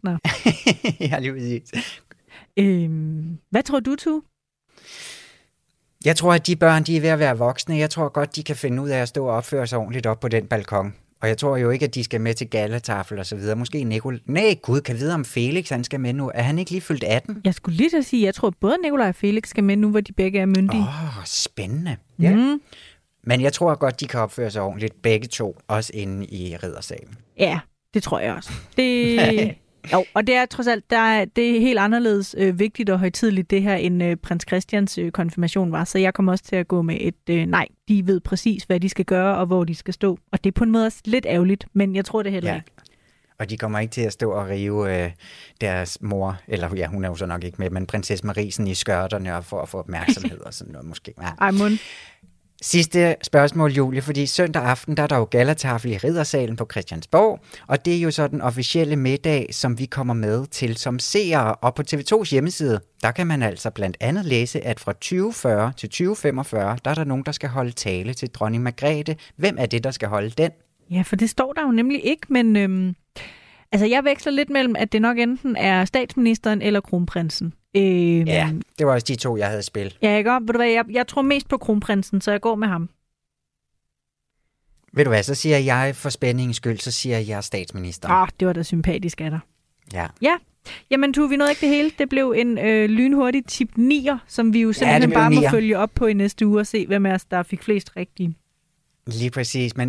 Ja, lige præcis. Øhm, hvad tror du, Tue? Jeg tror, at de børn, de er ved at være voksne. Jeg tror godt, de kan finde ud af at stå og opføre sig ordentligt op på den balkon. Og jeg tror jo ikke, at de skal med til gallatafel og så videre. Måske Nicol... Nej, Gud, kan vide om Felix, han skal med nu. Er han ikke lige fyldt atten? Jeg skulle lige til at sige, jeg tror, både Nikolaj og Felix skal med nu, hvor de begge er myndige. Åh, oh, spændende. Ja. Mm. Men jeg tror godt, de kan opføre sig ordentligt, begge to, også inde i riddersalen. Ja, det tror jeg også. Det... jo, og det er trods alt, der er, det er helt anderledes øh, vigtigt og højtideligt det her, end øh, prins Christians øh, konfirmation var. Så jeg kommer også til at gå med et øh, nej. De ved præcis, hvad de skal gøre, og hvor de skal stå. Og det er på en måde også lidt ærgerligt, men jeg tror det heller ja. ikke. Og de kommer ikke til at stå og rive øh, deres mor, eller ja, hun er jo så nok ikke med, men prinsesse Marisen i skørterne for at få opmærksomhed og sådan noget måske. Ja. Ej, mund. Sidste spørgsmål, Julie, fordi søndag aften, der er der jo gallatafel i Riddersalen på Christiansborg, og det er jo så den officielle middag, som vi kommer med til som seere. Og på T V tos hjemmeside, der kan man altså blandt andet læse, at fra tyve fyrre til tyve femogfyrre, der er der nogen, der skal holde tale til dronning Margrethe. Hvem er det, der skal holde den? Ja, for det står der jo nemlig ikke, men øhm, altså jeg veksler lidt mellem, at det nok enten er statsministeren eller kronprinsen. Øh, ja, det var også de to, jeg havde spillet. Ja, ikke? Ved du hvad, jeg, jeg tror mest på kronprinsen, så jeg går med ham. Ved du hvad, så siger jeg for spændingens skyld, så siger jeg statsministeren. Åh, oh, det var da sympatisk af dig. Ja. Ja, jamen du, vi nåede ikke det hele. Det blev en øh, lynhurtig tip nier, som vi jo simpelthen ja, bare må nier. følge op på i næste uge og se, hvem af os, der fik flest rigtige. Lige præcis, men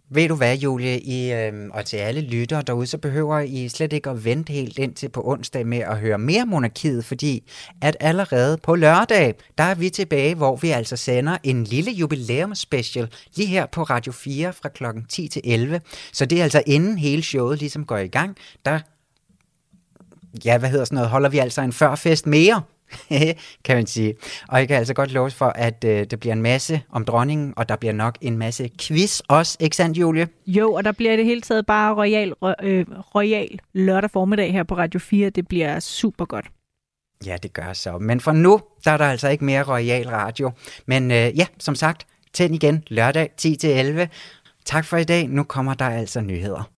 Ved du hvad, Julie, I, øh, og til alle lyttere derude, så behøver I slet ikke at vente helt indtil på onsdag med at høre mere Monarkiet, fordi at allerede på lørdag, der er vi tilbage, hvor vi altså sender en lille jubilæumsspecial lige her på Radio fire fra klokken ti til elleve. Så det er altså inden hele showet ligesom går i gang, der, ja, hvad hedder sådan noget, holder vi altså en førfest mere, kan man sige. Og jeg kan altså godt love for, at øh, det bliver en masse om dronningen, og der bliver nok en masse quiz også, ikke sandt, Julie? Jo, og der bliver i det hele taget bare royal, øh, royal lørdag formiddag her på Radio fire. Det bliver super godt. Ja, det gør så. Men for nu, der er der altså ikke mere royal radio. Men øh, ja, som sagt, tænd igen lørdag ti til elleve. Tak for i dag. Nu kommer der altså nyheder.